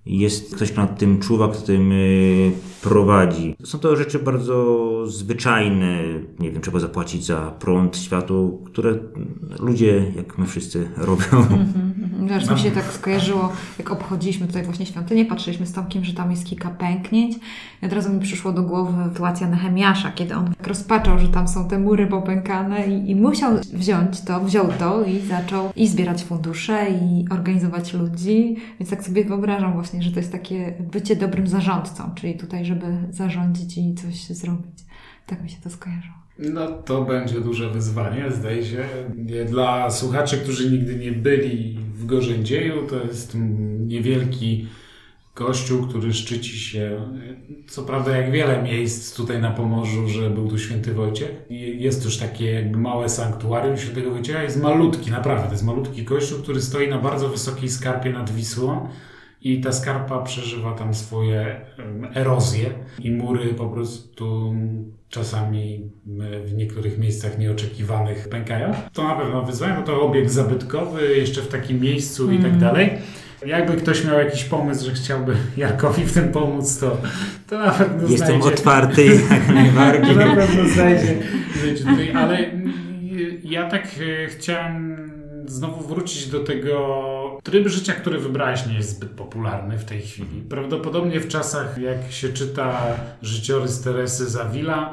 jest ktoś, kto nad tym czuwa, kto tym prowadzi. Są to rzeczy bardzo zwyczajne, nie wiem, trzeba zapłacić za prąd, światło, które ludzie, jak my wszyscy, robią. Mm-hmm. Wiesz, mi się tak skojarzyło, jak obchodziliśmy tutaj właśnie świątynię, patrzyliśmy z Tomkiem, że tam jest kilka pęknięć i od razu mi przyszło do głowy sytuacja Nehemiasza, kiedy on rozpaczał, że tam są te mury popękane i, i musiał wziąć to, wziął to i zaczął i zbierać fundusze i organizować ludzi, więc tak sobie wyobrażam właśnie, że to jest takie bycie dobrym zarządcą, czyli tutaj, żeby zarządzić i coś zrobić. Tak mi się to skojarzyło. No to będzie duże wyzwanie, zdaje się. Dla słuchaczy, którzy nigdy nie byli w Gorzędzieju, to jest niewielki kościół, który szczyci się, co prawda jak wiele miejsc tutaj na Pomorzu, że był tu Święty Wojciech. Jest już takie jakby małe sanktuarium Świętego Wojciecha, jest malutki, naprawdę, to jest malutki kościół, który stoi na bardzo wysokiej skarpie nad Wisłą. I ta skarpa przeżywa tam swoje erozje i mury po prostu czasami w niektórych miejscach nieoczekiwanych pękają. To na pewno wyzwanie, bo to obiekt zabytkowy, jeszcze w takim miejscu mm. i tak dalej. Jakby ktoś miał jakiś pomysł, że chciałby Jarkowi w tym pomóc, to, to na pewno Jestem znajdzie. Jestem otwarty jak najbardziej. Na pewno znajdzie. znajdzie ale ja tak chciałem znowu wrócić do tego tryb życia, który wybrałeś, nie jest zbyt popularny w tej chwili. Prawdopodobnie w czasach, jak się czyta życiorys Teresy z Avila,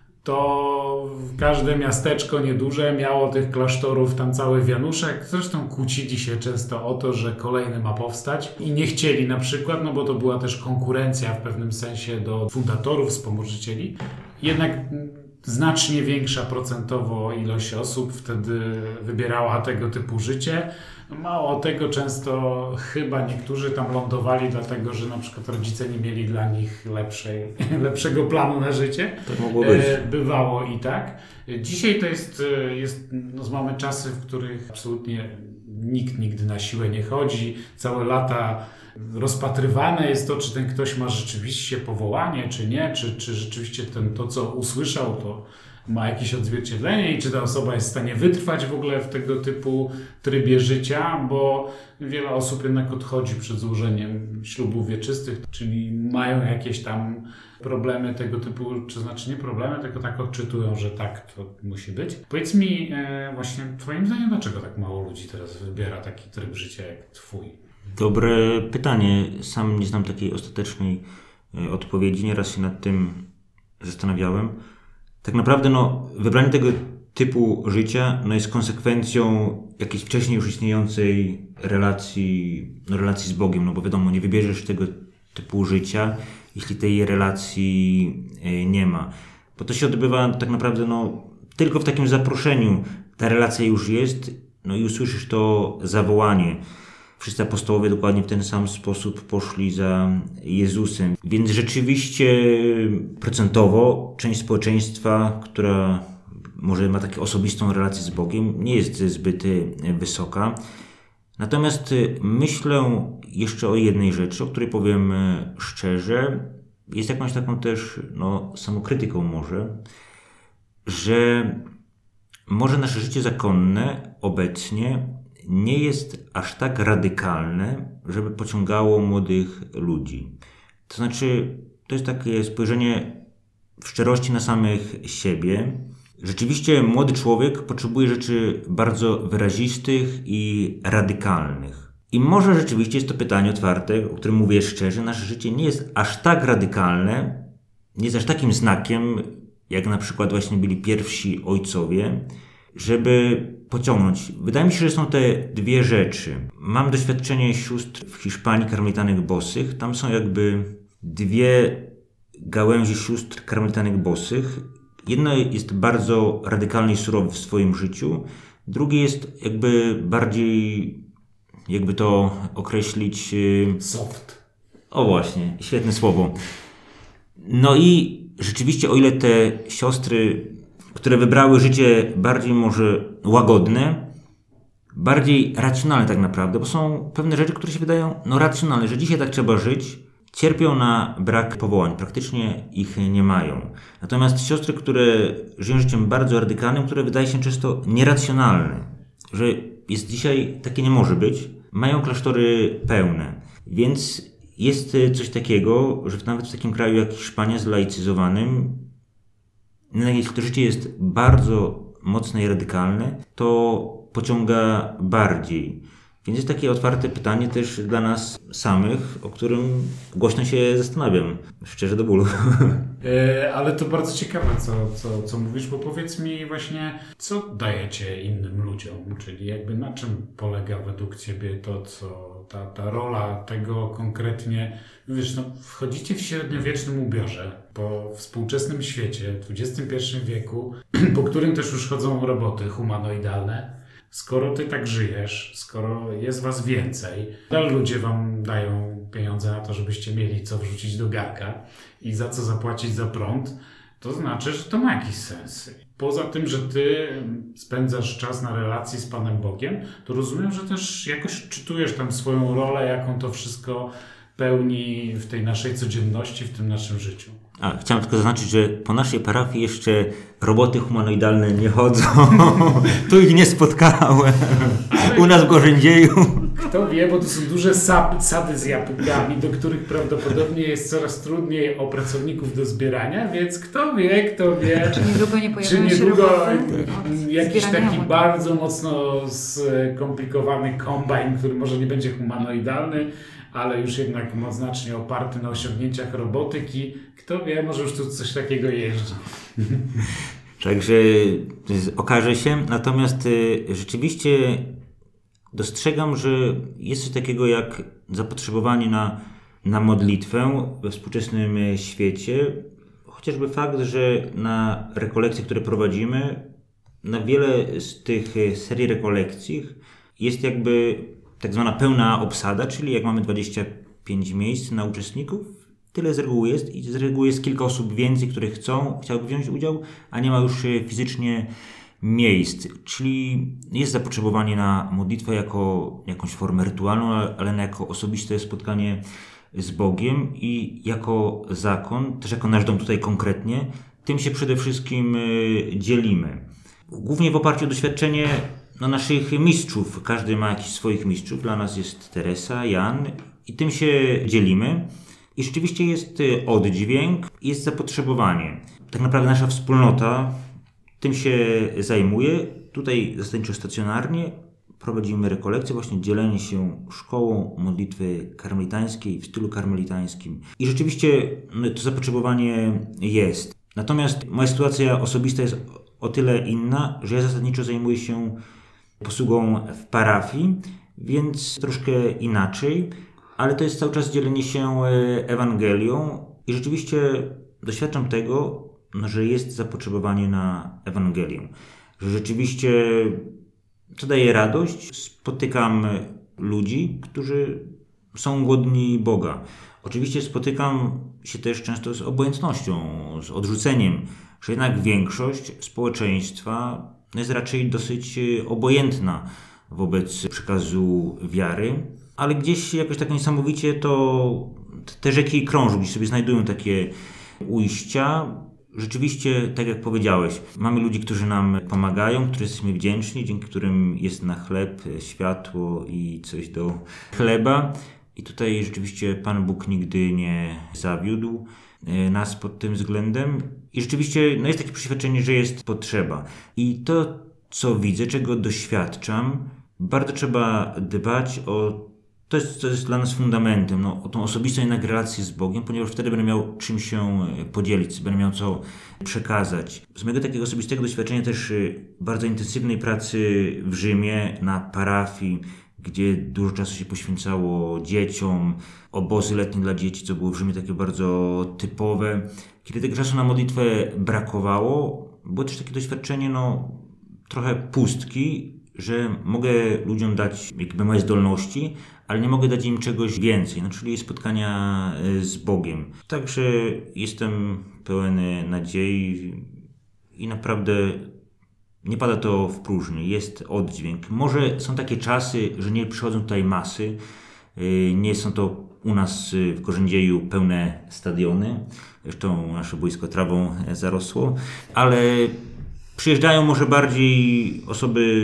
to każde miasteczko nieduże miało tych klasztorów tam cały wianuszek. Zresztą kłócili się często o to, że kolejny ma powstać i nie chcieli na przykład, no bo to była też konkurencja w pewnym sensie do fundatorów, wspomożycieli. Jednak znacznie większa procentowo ilość osób wtedy wybierała tego typu życie. Mało tego, często chyba niektórzy tam lądowali dlatego, że na przykład rodzice nie mieli dla nich lepszej, lepszego planu na życie. Tak mogło być. Bywało i tak. Dzisiaj to jest, jest no, mamy czasy, w których absolutnie nikt nigdy na siłę nie chodzi. Całe lata rozpatrywane jest to, czy ten ktoś ma rzeczywiście powołanie, czy nie, czy, czy rzeczywiście ten, to, co usłyszał, to ma jakieś odzwierciedlenie i czy ta osoba jest w stanie wytrwać w ogóle w tego typu trybie życia, bo wiele osób jednak odchodzi przed złożeniem ślubów wieczystych, czyli mają jakieś tam problemy tego typu, czy znaczy nie problemy, tylko tak odczytują, że tak to musi być. Powiedz mi e, właśnie twoim zdaniem, dlaczego tak mało ludzi teraz wybiera taki tryb życia jak twój? Dobre pytanie. Sam nie znam takiej ostatecznej odpowiedzi. Nieraz się nad tym zastanawiałem. Tak naprawdę no, wybranie tego typu życia no, jest konsekwencją jakiejś wcześniej już istniejącej relacji, no, relacji z Bogiem. No bo wiadomo, nie wybierzesz tego typu życia, jeśli tej relacji nie ma. Bo to się odbywa tak naprawdę no, tylko w takim zaproszeniu. Ta relacja już jest, no i usłyszysz to zawołanie. Wszyscy apostołowie dokładnie w ten sam sposób poszli za Jezusem. Więc rzeczywiście procentowo część społeczeństwa, która może ma taką osobistą relację z Bogiem, nie jest zbyt wysoka. Natomiast myślę jeszcze o jednej rzeczy, o której powiem szczerze, jest jakąś taką też no, samokrytyką może, że może nasze życie zakonne obecnie nie jest aż tak radykalne, żeby pociągało młodych ludzi. To znaczy, to jest takie spojrzenie w szczerości na samych siebie. Rzeczywiście młody człowiek potrzebuje rzeczy bardzo wyrazistych i radykalnych. I może rzeczywiście jest to pytanie otwarte, o którym mówię szczerze, nasze życie nie jest aż tak radykalne, nie jest aż takim znakiem, jak na przykład właśnie byli pierwsi ojcowie, żeby pociągnąć. Wydaje mi się, że są te dwie rzeczy. Mam doświadczenie sióstr w Hiszpanii karmelitanek bosych. Tam są jakby dwie gałęzi sióstr karmelitanek bosych. Jedno jest bardzo radykalnie i surowe w swoim życiu. Drugie jest jakby bardziej, jakby to określić... Soft. O właśnie, świetne słowo. No i rzeczywiście o ile te siostry, które wybrały życie bardziej może łagodne, bardziej racjonalne tak naprawdę, bo są pewne rzeczy, które się wydają no racjonalne, że dzisiaj tak trzeba żyć, cierpią na brak powołań, praktycznie ich nie mają. Natomiast siostry, które żyją życiem bardzo radykalnym, które wydaje się często nieracjonalne, że jest dzisiaj, takie nie może być, mają klasztory pełne. Więc jest coś takiego, że nawet w takim kraju jak Hiszpania zlaicyzowanym, jeśli to życie jest bardzo mocne i radykalne, to pociąga bardziej. Więc jest takie otwarte pytanie też dla nas samych, o którym głośno się zastanawiam, szczerze do bólu. E, ale to bardzo ciekawe, co, co, co mówisz, bo powiedz mi właśnie, co dajecie innym ludziom, czyli jakby na czym polega według Ciebie to, co ta, ta rola tego konkretnie, wiesz, no, wchodzicie w średniowiecznym ubiorze po współczesnym świecie, w dwudziestym pierwszym wieku, po którym też już chodzą roboty humanoidalne. Skoro ty tak żyjesz, skoro jest was więcej, to ludzie wam dają pieniądze na to, żebyście mieli co wrzucić do garka i za co zapłacić za prąd, to znaczy, że to ma jakiś sens. Poza tym, że ty spędzasz czas na relacji z Panem Bogiem, to rozumiem, że też jakoś czytujesz tam swoją rolę, jaką to wszystko pełni w tej naszej codzienności, w tym naszym życiu. A, chciałem tylko zaznaczyć, że po naszej parafii jeszcze roboty humanoidalne nie chodzą. Tu ich nie spotkałem. U nas w Gorzędzieju. Kto wie, bo to są duże sady z jabłkami, do których prawdopodobnie jest coraz trudniej o pracowników do zbierania, więc kto wie, kto wie. Czy niedługo nie Czy pojawią się niedługo roboty jakiś taki jabłek. bardzo mocno skomplikowany kombajn, który może nie będzie humanoidalny, ale już jednak znacznie oparty na osiągnięciach robotyki. Kto wie, może już tu coś takiego jeździ. Także okaże się. Natomiast y, rzeczywiście dostrzegam, że jest coś takiego jak zapotrzebowanie na, na modlitwę we współczesnym świecie. Chociażby fakt, że na rekolekcje, które prowadzimy, na wiele z tych serii rekolekcji jest jakby tak zwana pełna obsada, czyli jak mamy dwadzieścia pięć miejsc na uczestników, tyle z reguły jest i z reguły jest kilka osób więcej, które chcą, chciałyby wziąć udział, a nie ma już fizycznie miejsc. Czyli jest zapotrzebowanie na modlitwę jako jakąś formę rytualną, ale na jako osobiste spotkanie z Bogiem i jako zakon, też jako nasz dom tutaj konkretnie, tym się przede wszystkim dzielimy. Głównie w oparciu o doświadczenie no, naszych mistrzów. Każdy ma jakichś swoich mistrzów. Dla nas jest Teresa, Jan i tym się dzielimy. I rzeczywiście jest oddźwięk, jest zapotrzebowanie. Tak naprawdę nasza wspólnota tym się zajmuje. Tutaj zasadniczo stacjonarnie prowadzimy rekolekcje, właśnie dzielenie się szkołą modlitwy karmelitańskiej w stylu karmelitańskim. I rzeczywiście no, to zapotrzebowanie jest. Natomiast moja sytuacja osobista jest o tyle inna, że ja zasadniczo zajmuję się posługą w parafii, więc troszkę inaczej, ale to jest cały czas dzielenie się Ewangelią i rzeczywiście doświadczam tego, no, że jest zapotrzebowanie na Ewangelię, że rzeczywiście to daje radość. Spotykam ludzi, którzy są głodni Boga. Oczywiście spotykam się też często z obojętnością, z odrzuceniem, że jednak większość społeczeństwa jest raczej dosyć obojętna wobec przekazu wiary, ale gdzieś jakoś tak niesamowicie to te rzeki krążą, gdzieś sobie znajdują takie ujścia. Rzeczywiście, tak jak powiedziałeś, mamy ludzi, którzy nam pomagają, którzy jesteśmy wdzięczni, dzięki którym jest na chleb, światło i coś do chleba. I tutaj rzeczywiście Pan Bóg nigdy nie zawiódł nas pod tym względem. I rzeczywiście no jest takie przeświadczenie, że jest potrzeba. I to, co widzę, czego doświadczam, bardzo trzeba dbać o to, jest, co jest dla nas fundamentem, no, o tą osobistą jednak relację z Bogiem, ponieważ wtedy będę miał czym się podzielić, będę miał co przekazać. Z mojego takiego osobistego doświadczenia też bardzo intensywnej pracy w Rzymie, na parafii, gdzie dużo czasu się poświęcało dzieciom, obozy letnie dla dzieci, co było w Rzymie takie bardzo typowe. Kiedy tego czasu na modlitwę brakowało, było też takie doświadczenie, no, trochę pustki, że mogę ludziom dać jakby moje zdolności, ale nie mogę dać im czegoś więcej, no, czyli spotkania z Bogiem. Także jestem pełen nadziei i naprawdę nie pada to w próżni, jest oddźwięk. Może są takie czasy, że nie przychodzą tutaj masy, nie są to u nas w Gorzędzieju pełne stadiony, zresztą nasze boisko trawą zarosło, ale przyjeżdżają może bardziej osoby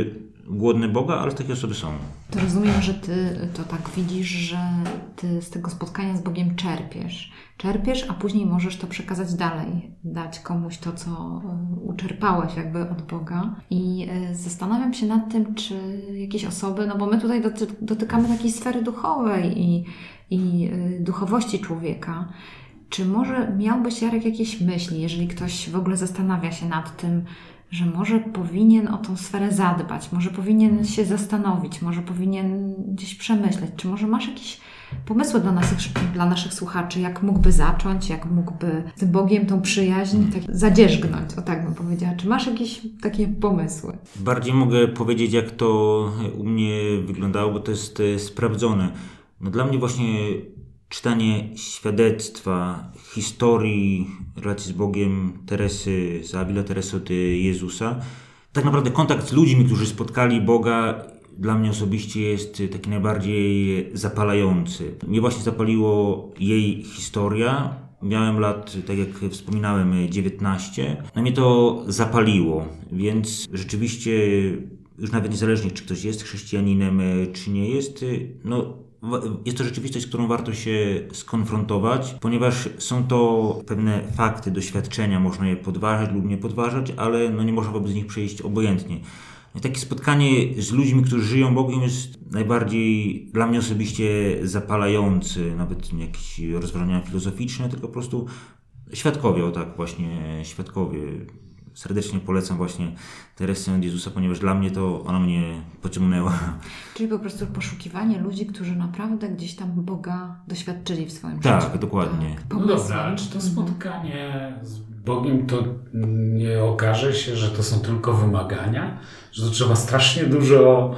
głodne Boga, ale takie osoby są. To rozumiem, że ty to tak widzisz, że ty z tego spotkania z Bogiem czerpiesz. Czerpiesz, a później możesz to przekazać dalej. Dać komuś to, co uczerpałeś jakby od Boga. I zastanawiam się nad tym, czy jakieś osoby, no bo my tutaj doty- dotykamy takiej sfery duchowej i, i duchowości człowieka. Czy może miałbyś, Jarek, jakieś myśli, jeżeli ktoś w ogóle zastanawia się nad tym, że może powinien o tą sferę zadbać, może powinien się zastanowić, może powinien gdzieś przemyśleć, czy może masz jakieś pomysły dla naszych, dla naszych słuchaczy, jak mógłby zacząć, jak mógłby z tym Bogiem tą przyjaźń tak zadzierzgnąć, o tak bym powiedziała. Czy masz jakieś takie pomysły? Bardziej mogę powiedzieć, jak to u mnie wyglądało, bo to jest sprawdzone. No dla mnie właśnie czytanie świadectwa, historii relacji z Bogiem Teresy z Avila, Teresy od Jezusa, tak naprawdę kontakt z ludźmi, którzy spotkali Boga, dla mnie osobiście jest taki najbardziej zapalający. Mnie właśnie zapaliło jej historia. Miałem lat, tak jak wspominałem, dziewiętnaście. Na mnie to zapaliło, więc rzeczywiście już nawet niezależnie, czy ktoś jest chrześcijaninem, czy nie jest, no jest to rzeczywistość, z którą warto się skonfrontować, ponieważ są to pewne fakty, doświadczenia, można je podważać lub nie podważać, ale no nie można wobec nich przejść obojętnie. I takie spotkanie z ludźmi, którzy żyją Bogiem, jest najbardziej dla mnie osobiście zapalający, nawet nie jakieś rozważania filozoficzne, tylko po prostu świadkowie, o tak właśnie, świadkowie. Serdecznie polecam właśnie Teresę od Jezusa, ponieważ dla mnie to ona mnie pociągnęła. Czyli po prostu poszukiwanie ludzi, którzy naprawdę gdzieś tam Boga doświadczyli w swoim tak, życiu. Tak, dokładnie. No dobra, ale czy to spotkanie z Bogiem to nie okaże się, że to są tylko wymagania? Że to trzeba strasznie dużo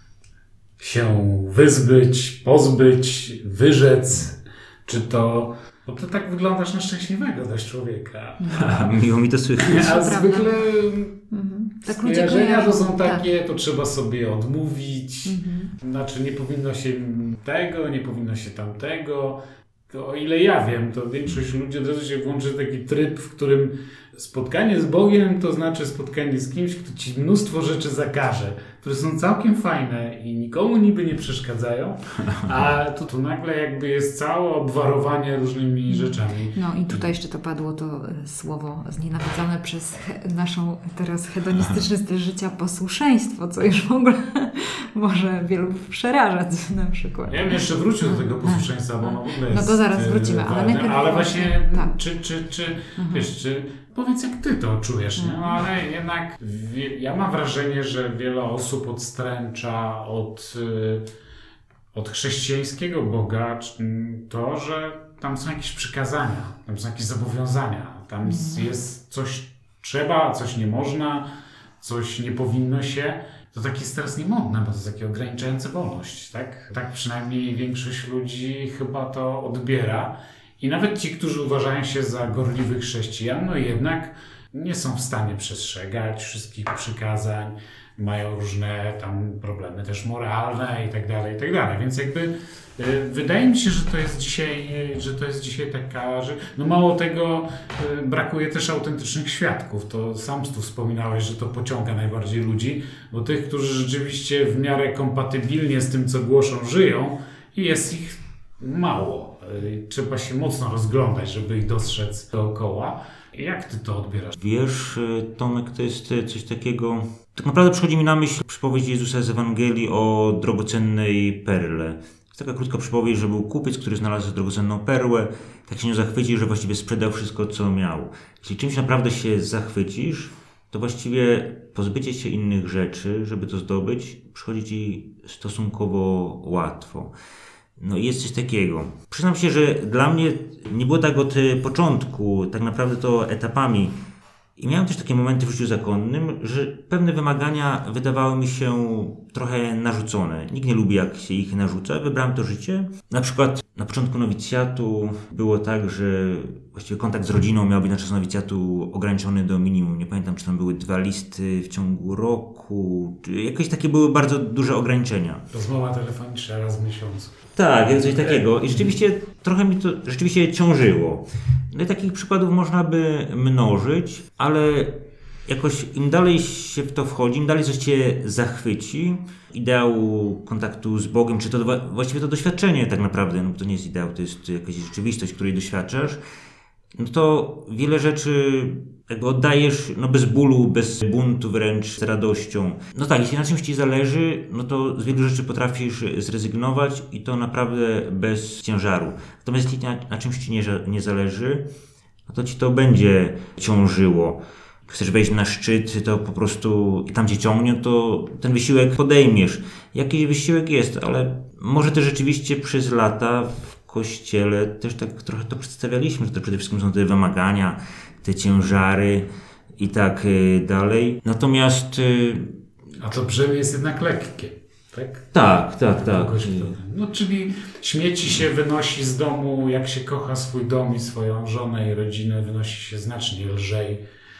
się wyzbyć, pozbyć, wyrzec? Czy to... Bo ty tak wyglądasz na szczęśliwego dość człowieka. A, miło mi to słychać. A zwykle mhm. tak skojarzenia to są takie, tak. To trzeba sobie odmówić. Mhm. Znaczy nie powinno się tego, nie powinno się tamtego. To o ile ja wiem, to większość ludzi od razu się włączy w taki tryb, w którym spotkanie z Bogiem to znaczy spotkanie z kimś, kto ci mnóstwo rzeczy zakaże, które są całkiem fajne i nikomu niby nie przeszkadzają, a tu, tu nagle jakby jest całe obwarowanie różnymi rzeczami. No i tutaj jeszcze to padło to słowo znienawidzone przez he, naszą teraz hedonistyczny styl życia posłuszeństwo, co już w ogóle może wielu przerażać na przykład. Ja bym jeszcze wrócił do tego posłuszeństwa, bo ono w ogóle jest... No to zaraz wrócimy, ale najpierw... Ale właśnie, tak. czy, czy, czy, mhm. wiesz, czy... Powiedz, jak ty to czujesz, nie? No ale jednak wie, ja mam wrażenie, że wiele osób odstręcza od, od chrześcijańskiego Boga to, że tam są jakieś przykazania, tam są jakieś zobowiązania, tam mhm. jest coś trzeba, coś nie można, coś nie powinno się. To takie jest teraz niemodne, bo to jest takie ograniczające wolność, tak? Tak przynajmniej większość ludzi chyba to odbiera. I nawet ci, którzy uważają się za gorliwych chrześcijan, no jednak nie są w stanie przestrzegać wszystkich przykazań, mają różne tam problemy też moralne i tak dalej, i tak dalej. Więc jakby y, wydaje mi się, że to jest dzisiaj, y, że to jest dzisiaj taka, że no mało tego, y, brakuje też autentycznych świadków. To sam tu wspominałeś, że to pociąga najbardziej ludzi, bo tych, którzy rzeczywiście w miarę kompatybilnie z tym, co głoszą, żyją i jest ich mało. Trzeba się mocno rozglądać, żeby ich dostrzec dookoła. Jak ty to odbierasz? Wiesz, Tomek, to jest coś takiego... Tak naprawdę przychodzi mi na myśl przypowieść Jezusa z Ewangelii o drogocennej perle. Jest taka krótka przypowieść, że był kupiec, który znalazł drogocenną perłę, tak się nią zachwycił, że właściwie sprzedał wszystko, co miał. Jeśli czymś naprawdę się zachwycisz, to właściwie pozbycie się innych rzeczy, żeby to zdobyć, przychodzi ci stosunkowo łatwo. No i jest coś takiego. Przyznam się, że dla mnie nie było tak od początku, tak naprawdę to etapami. I miałem też takie momenty w życiu zakonnym, że pewne wymagania wydawały mi się trochę narzucone. Nikt nie lubi, jak się ich narzuca. Wybrałem to życie. Na przykład na początku nowicjatu było tak, że właściwie kontakt z rodziną miał być na czas nowicjatu ograniczony do minimum. Nie pamiętam, czy tam były dwa listy w ciągu roku. Czy jakieś takie były bardzo duże ograniczenia. Rozmowa telefoniczna raz w miesiącu. Tak, coś takiego. I rzeczywiście trochę mi to rzeczywiście ciążyło. No i takich przykładów można by mnożyć, ale jakoś im dalej się w to wchodzi, im dalej coś cię zachwyci, ideału kontaktu z Bogiem, czy to właściwie to doświadczenie tak naprawdę, no to nie jest ideał, to jest jakaś rzeczywistość, której doświadczasz, no to wiele rzeczy jakby oddajesz no bez bólu, bez buntu wręcz, z radością. No tak, jeśli na czymś ci zależy, no to z wielu rzeczy potrafisz zrezygnować i to naprawdę bez ciężaru. Natomiast jeśli na, na czymś ci nie, nie zależy, no to ci to będzie ciążyło. Chcesz wejść na szczyt, to po prostu i tam cię ciągnie, to ten wysiłek podejmiesz. Jakiś wysiłek jest, ale może też rzeczywiście przez lata w Kościele też tak trochę to przedstawialiśmy, że to przede wszystkim są te wymagania, te ciężary i tak dalej. Natomiast... A to brzemię jest jednak lekkie, tak? Tak, tak, tak. No czyli śmieci się wynosi z domu, jak się kocha swój dom i swoją żonę i rodzinę, wynosi się znacznie lżej.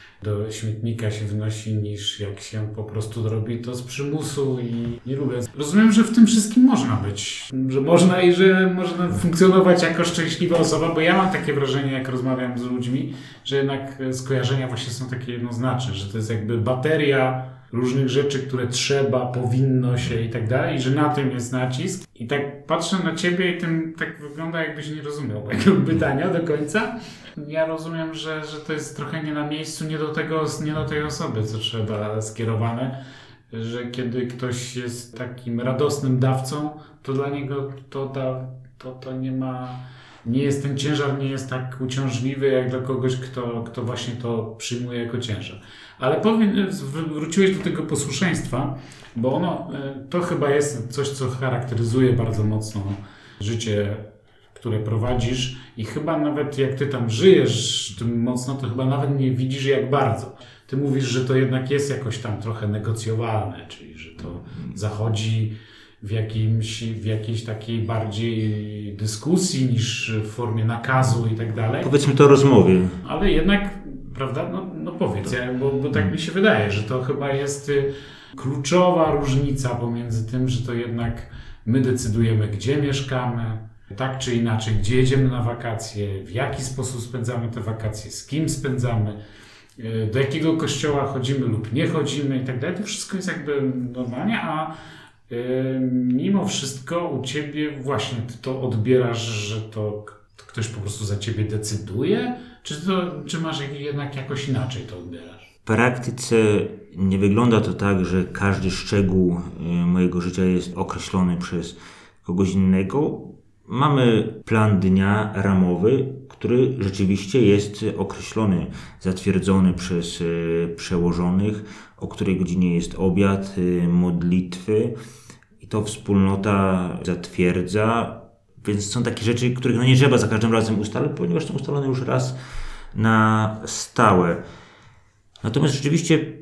Do śmietnika się wynosi niż jak się po prostu robi to z przymusu i nie lubię. Rozumiem, że w tym wszystkim można być, że można i że można funkcjonować jako szczęśliwa osoba, bo ja mam takie wrażenie, jak rozmawiam z ludźmi, że jednak skojarzenia właśnie są takie jednoznaczne, że to jest jakby bateria różnych rzeczy, które trzeba, powinno się i tak dalej, i że na tym jest nacisk. I tak patrzę na ciebie i tym tak wygląda, jakbyś nie rozumiał mojego pytania do końca. Ja rozumiem, że, że to jest trochę nie na miejscu, nie do tego, nie do tej osoby, co trzeba skierowane, że kiedy ktoś jest takim radosnym dawcą, to dla niego to, da, to, to nie ma, nie jest ten ciężar, nie jest tak uciążliwy jak dla kogoś, kto, kto właśnie to przyjmuje jako ciężar. Ale powiem, wróciłeś do tego posłuszeństwa, bo ono, to chyba jest coś, co charakteryzuje bardzo mocno życie, które prowadzisz i chyba nawet jak ty tam żyjesz tym mocno, to chyba nawet nie widzisz jak bardzo. Ty mówisz, że to jednak jest jakoś tam trochę negocjowalne, czyli że to zachodzi w, jakimś, w jakiejś takiej bardziej dyskusji niż w formie nakazu i tak dalej. Powiedzmy to rozmowie. Ale jednak, prawda, no, no powiedz, ja, bo, bo tak mi się wydaje, że to chyba jest y, kluczowa różnica pomiędzy tym, że to jednak my decydujemy, gdzie mieszkamy, tak czy inaczej, gdzie jedziemy na wakacje, w jaki sposób spędzamy te wakacje, z kim spędzamy, do jakiego kościoła chodzimy lub nie chodzimy i tak dalej. To wszystko jest jakby normalnie, a y, mimo wszystko u ciebie właśnie ty to odbierasz, że to ktoś po prostu za ciebie decyduje, czy, to, czy masz jednak jakoś inaczej to odbierasz? W praktyce nie wygląda to tak, że każdy szczegół mojego życia jest określony przez kogoś innego. Mamy plan dnia ramowy, który rzeczywiście jest określony, zatwierdzony przez przełożonych, o której godzinie jest obiad, modlitwy i to wspólnota zatwierdza. Więc są takie rzeczy, których no nie trzeba za każdym razem ustalać, ponieważ są ustalone już raz na stałe. Natomiast rzeczywiście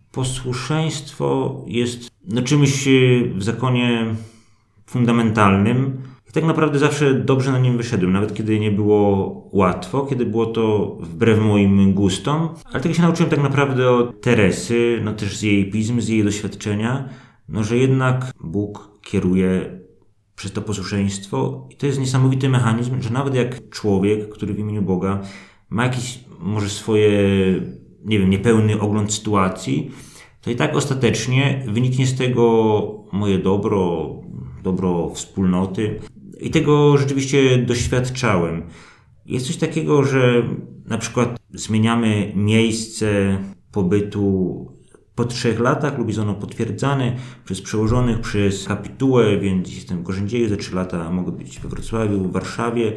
posłuszeństwo jest no, czymś w zakonie fundamentalnym. I tak naprawdę zawsze dobrze na nim wyszedłem, nawet kiedy nie było łatwo, kiedy było to wbrew moim gustom. Ale tego się nauczyłem tak naprawdę od Teresy, no też z jej pism, z jej doświadczenia, no że jednak Bóg kieruje przez to posłuszeństwo i to jest niesamowity mechanizm, że nawet jak człowiek, który w imieniu Boga ma jakiś może swoje, nie wiem, niepełny ogląd sytuacji, to i tak ostatecznie wyniknie z tego moje dobro, dobro wspólnoty. I tego rzeczywiście doświadczałem. Jest coś takiego, że na przykład zmieniamy miejsce pobytu po trzech latach lub jest ono potwierdzane przez przełożonych, przez kapitułę, więc jestem w Gorzędzieju, za trzy lata mogę być we Wrocławiu, w Warszawie.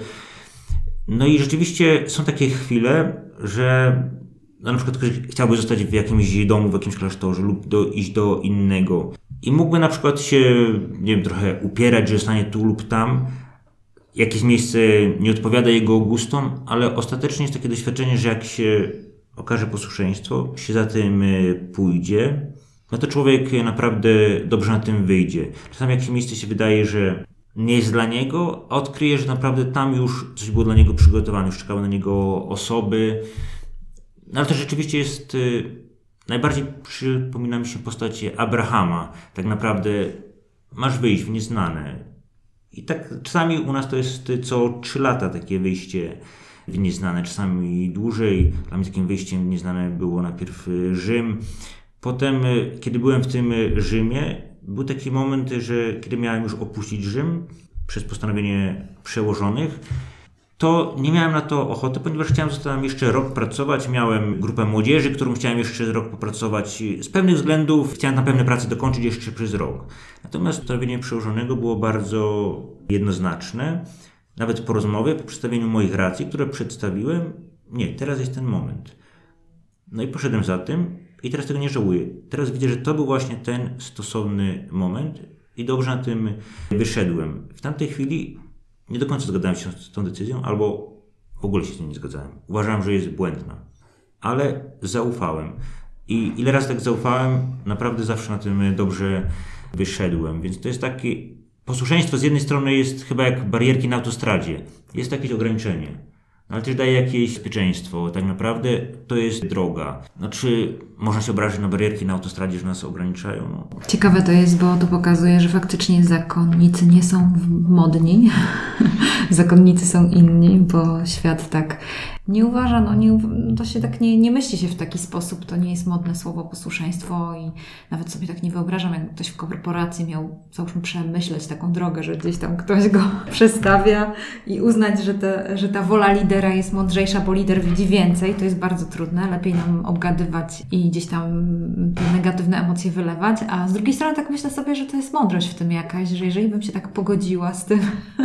No i rzeczywiście są takie chwile, że no na przykład ktoś chciałby zostać w jakimś domu, w jakimś klasztorze lub do, iść do innego. I mógłby na przykład się, nie wiem, trochę upierać, że zostanie tu lub tam. Jakieś miejsce nie odpowiada jego gustom, ale ostatecznie jest takie doświadczenie, że jak się okaże posłuszeństwo, się za tym pójdzie, no to człowiek naprawdę dobrze na tym wyjdzie. Czasami jakieś miejsce się wydaje, że nie jest dla niego, a odkryje, że naprawdę tam już coś było dla niego przygotowane, już czekały na niego osoby. No ale to rzeczywiście jest... Najbardziej przypomina mi się postać Abrahama. Tak naprawdę masz wyjść w nieznane. I tak czasami u nas to jest co trzy lata takie wyjście w nieznane, czasami dłużej. Dla mnie takim wyjściem w nieznane było najpierw Rzym. Potem, kiedy byłem w tym Rzymie, był taki moment, że kiedy miałem już opuścić Rzym przez postanowienie przełożonych, to nie miałem na to ochoty, ponieważ chciałem zostać jeszcze rok pracować. Miałem grupę młodzieży, którą chciałem jeszcze rok popracować. Z pewnych względów chciałem na pewne prace dokończyć jeszcze przez rok. Natomiast postanowienie przełożonego było bardzo jednoznaczne. Nawet po rozmowie, po przedstawieniu moich racji, które przedstawiłem, nie, teraz jest ten moment. No i poszedłem za tym i teraz tego nie żałuję. Teraz widzę, że to był właśnie ten stosowny moment i dobrze na tym wyszedłem. W tamtej chwili nie do końca zgadzałem się z tą decyzją, albo w ogóle się z nią nie zgadzałem. Uważałem, że jest błędna. Ale zaufałem. I ile razy tak zaufałem, naprawdę zawsze na tym dobrze wyszedłem. Więc to jest takie... Posłuszeństwo z jednej strony jest chyba jak barierki na autostradzie. Jest jakieś ograniczenie. Ale też daje jakieś bezpieczeństwo. Tak naprawdę to jest droga. No czy można się obrazić na barierki na autostradzie, że nas ograniczają? No. Ciekawe to jest, bo to pokazuje, że faktycznie zakonnicy nie są modni. Zakonnicy są inni, bo świat tak nie uważa, no nie, to się tak nie, nie myśli się w taki sposób. To nie jest modne słowo posłuszeństwo i nawet sobie tak nie wyobrażam, jakby ktoś w korporacji miał, załóżmy, przemyśleć taką drogę, że gdzieś tam ktoś go przestawia i uznać, że, te, że ta wola lidera jest mądrzejsza, bo lider widzi więcej. To jest bardzo trudne. Lepiej nam obgadywać i gdzieś tam te negatywne emocje wylewać, a z drugiej strony tak myślę sobie, że to jest mądrość w tym jakaś, że jeżeli bym się tak pogodziła z tym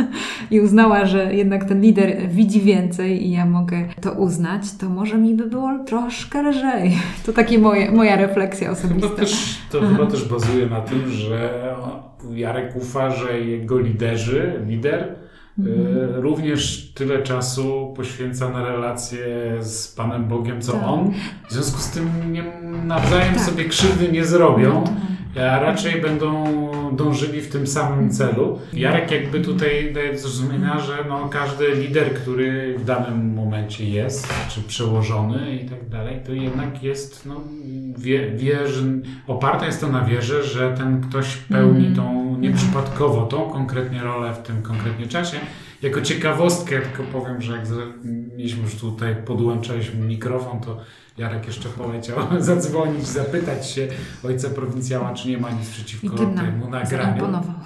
i uznała, że jednak ten lider widzi więcej i ja mogę to uznać, to może mi by było troszkę lżej. To takie moje, moja refleksja osobista. Chyba też, to chyba też bazuje na tym, że Jarek ufa, że jego liderzy, lider mhm. y, również tyle czasu poświęca na relacje z Panem Bogiem, co tak. on. W związku z tym nie, nawzajem tak. sobie krzywdy nie zrobią, a raczej będą dążyli w tym samym celu. Jarek jakby tutaj daje do zrozumienia, że no, każdy lider, który w danym momencie jest, czy przełożony i tak dalej, to jednak jest, no, wie, wierzy, oparte jest to na wierze, że ten ktoś pełni tą nieprzypadkowo tą konkretnie rolę w tym konkretnie czasie. Jako ciekawostkę tylko powiem, że jak mieliśmy już tutaj, podłączaliśmy mikrofon, to Jarek jeszcze poleciał zadzwonić, zapytać się ojca prowincjała, czy nie ma nic przeciwko temu nagraniu.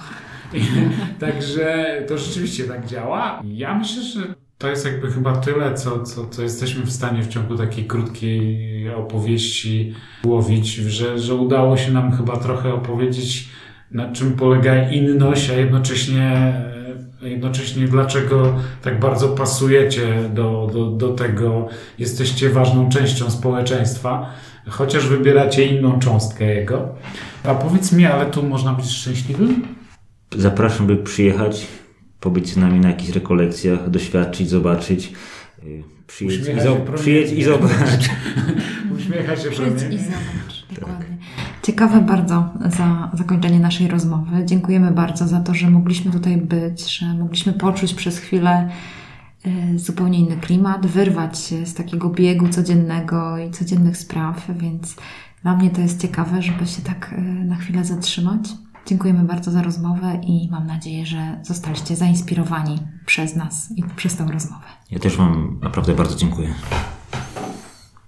Także to rzeczywiście tak działa. Ja myślę, że to jest jakby chyba tyle, co, co, co jesteśmy w stanie w ciągu takiej krótkiej opowieści łowić, że, że udało się nam chyba trochę opowiedzieć, na czym polega inność, a jednocześnie Jednocześnie dlaczego tak bardzo pasujecie do, do, do tego, jesteście ważną częścią społeczeństwa, chociaż wybieracie inną cząstkę jego. A powiedz mi, ale tu można być szczęśliwym? Zapraszam, by przyjechać, pobyć z nami na jakichś rekolekcjach, doświadczyć, zobaczyć. Przyjedź i, zo- przyjedź i zobacz. Uśmiecha się Przyjedź i zobacz, dokładnie. Tak. Ciekawe bardzo za zakończenie naszej rozmowy. Dziękujemy bardzo za to, że mogliśmy tutaj być, że mogliśmy poczuć przez chwilę y, zupełnie inny klimat, wyrwać się z takiego biegu codziennego i codziennych spraw, więc dla mnie to jest ciekawe, żeby się tak y, na chwilę zatrzymać. Dziękujemy bardzo za rozmowę i mam nadzieję, że zostaliście zainspirowani przez nas i przez tę rozmowę. Ja też Wam naprawdę bardzo dziękuję.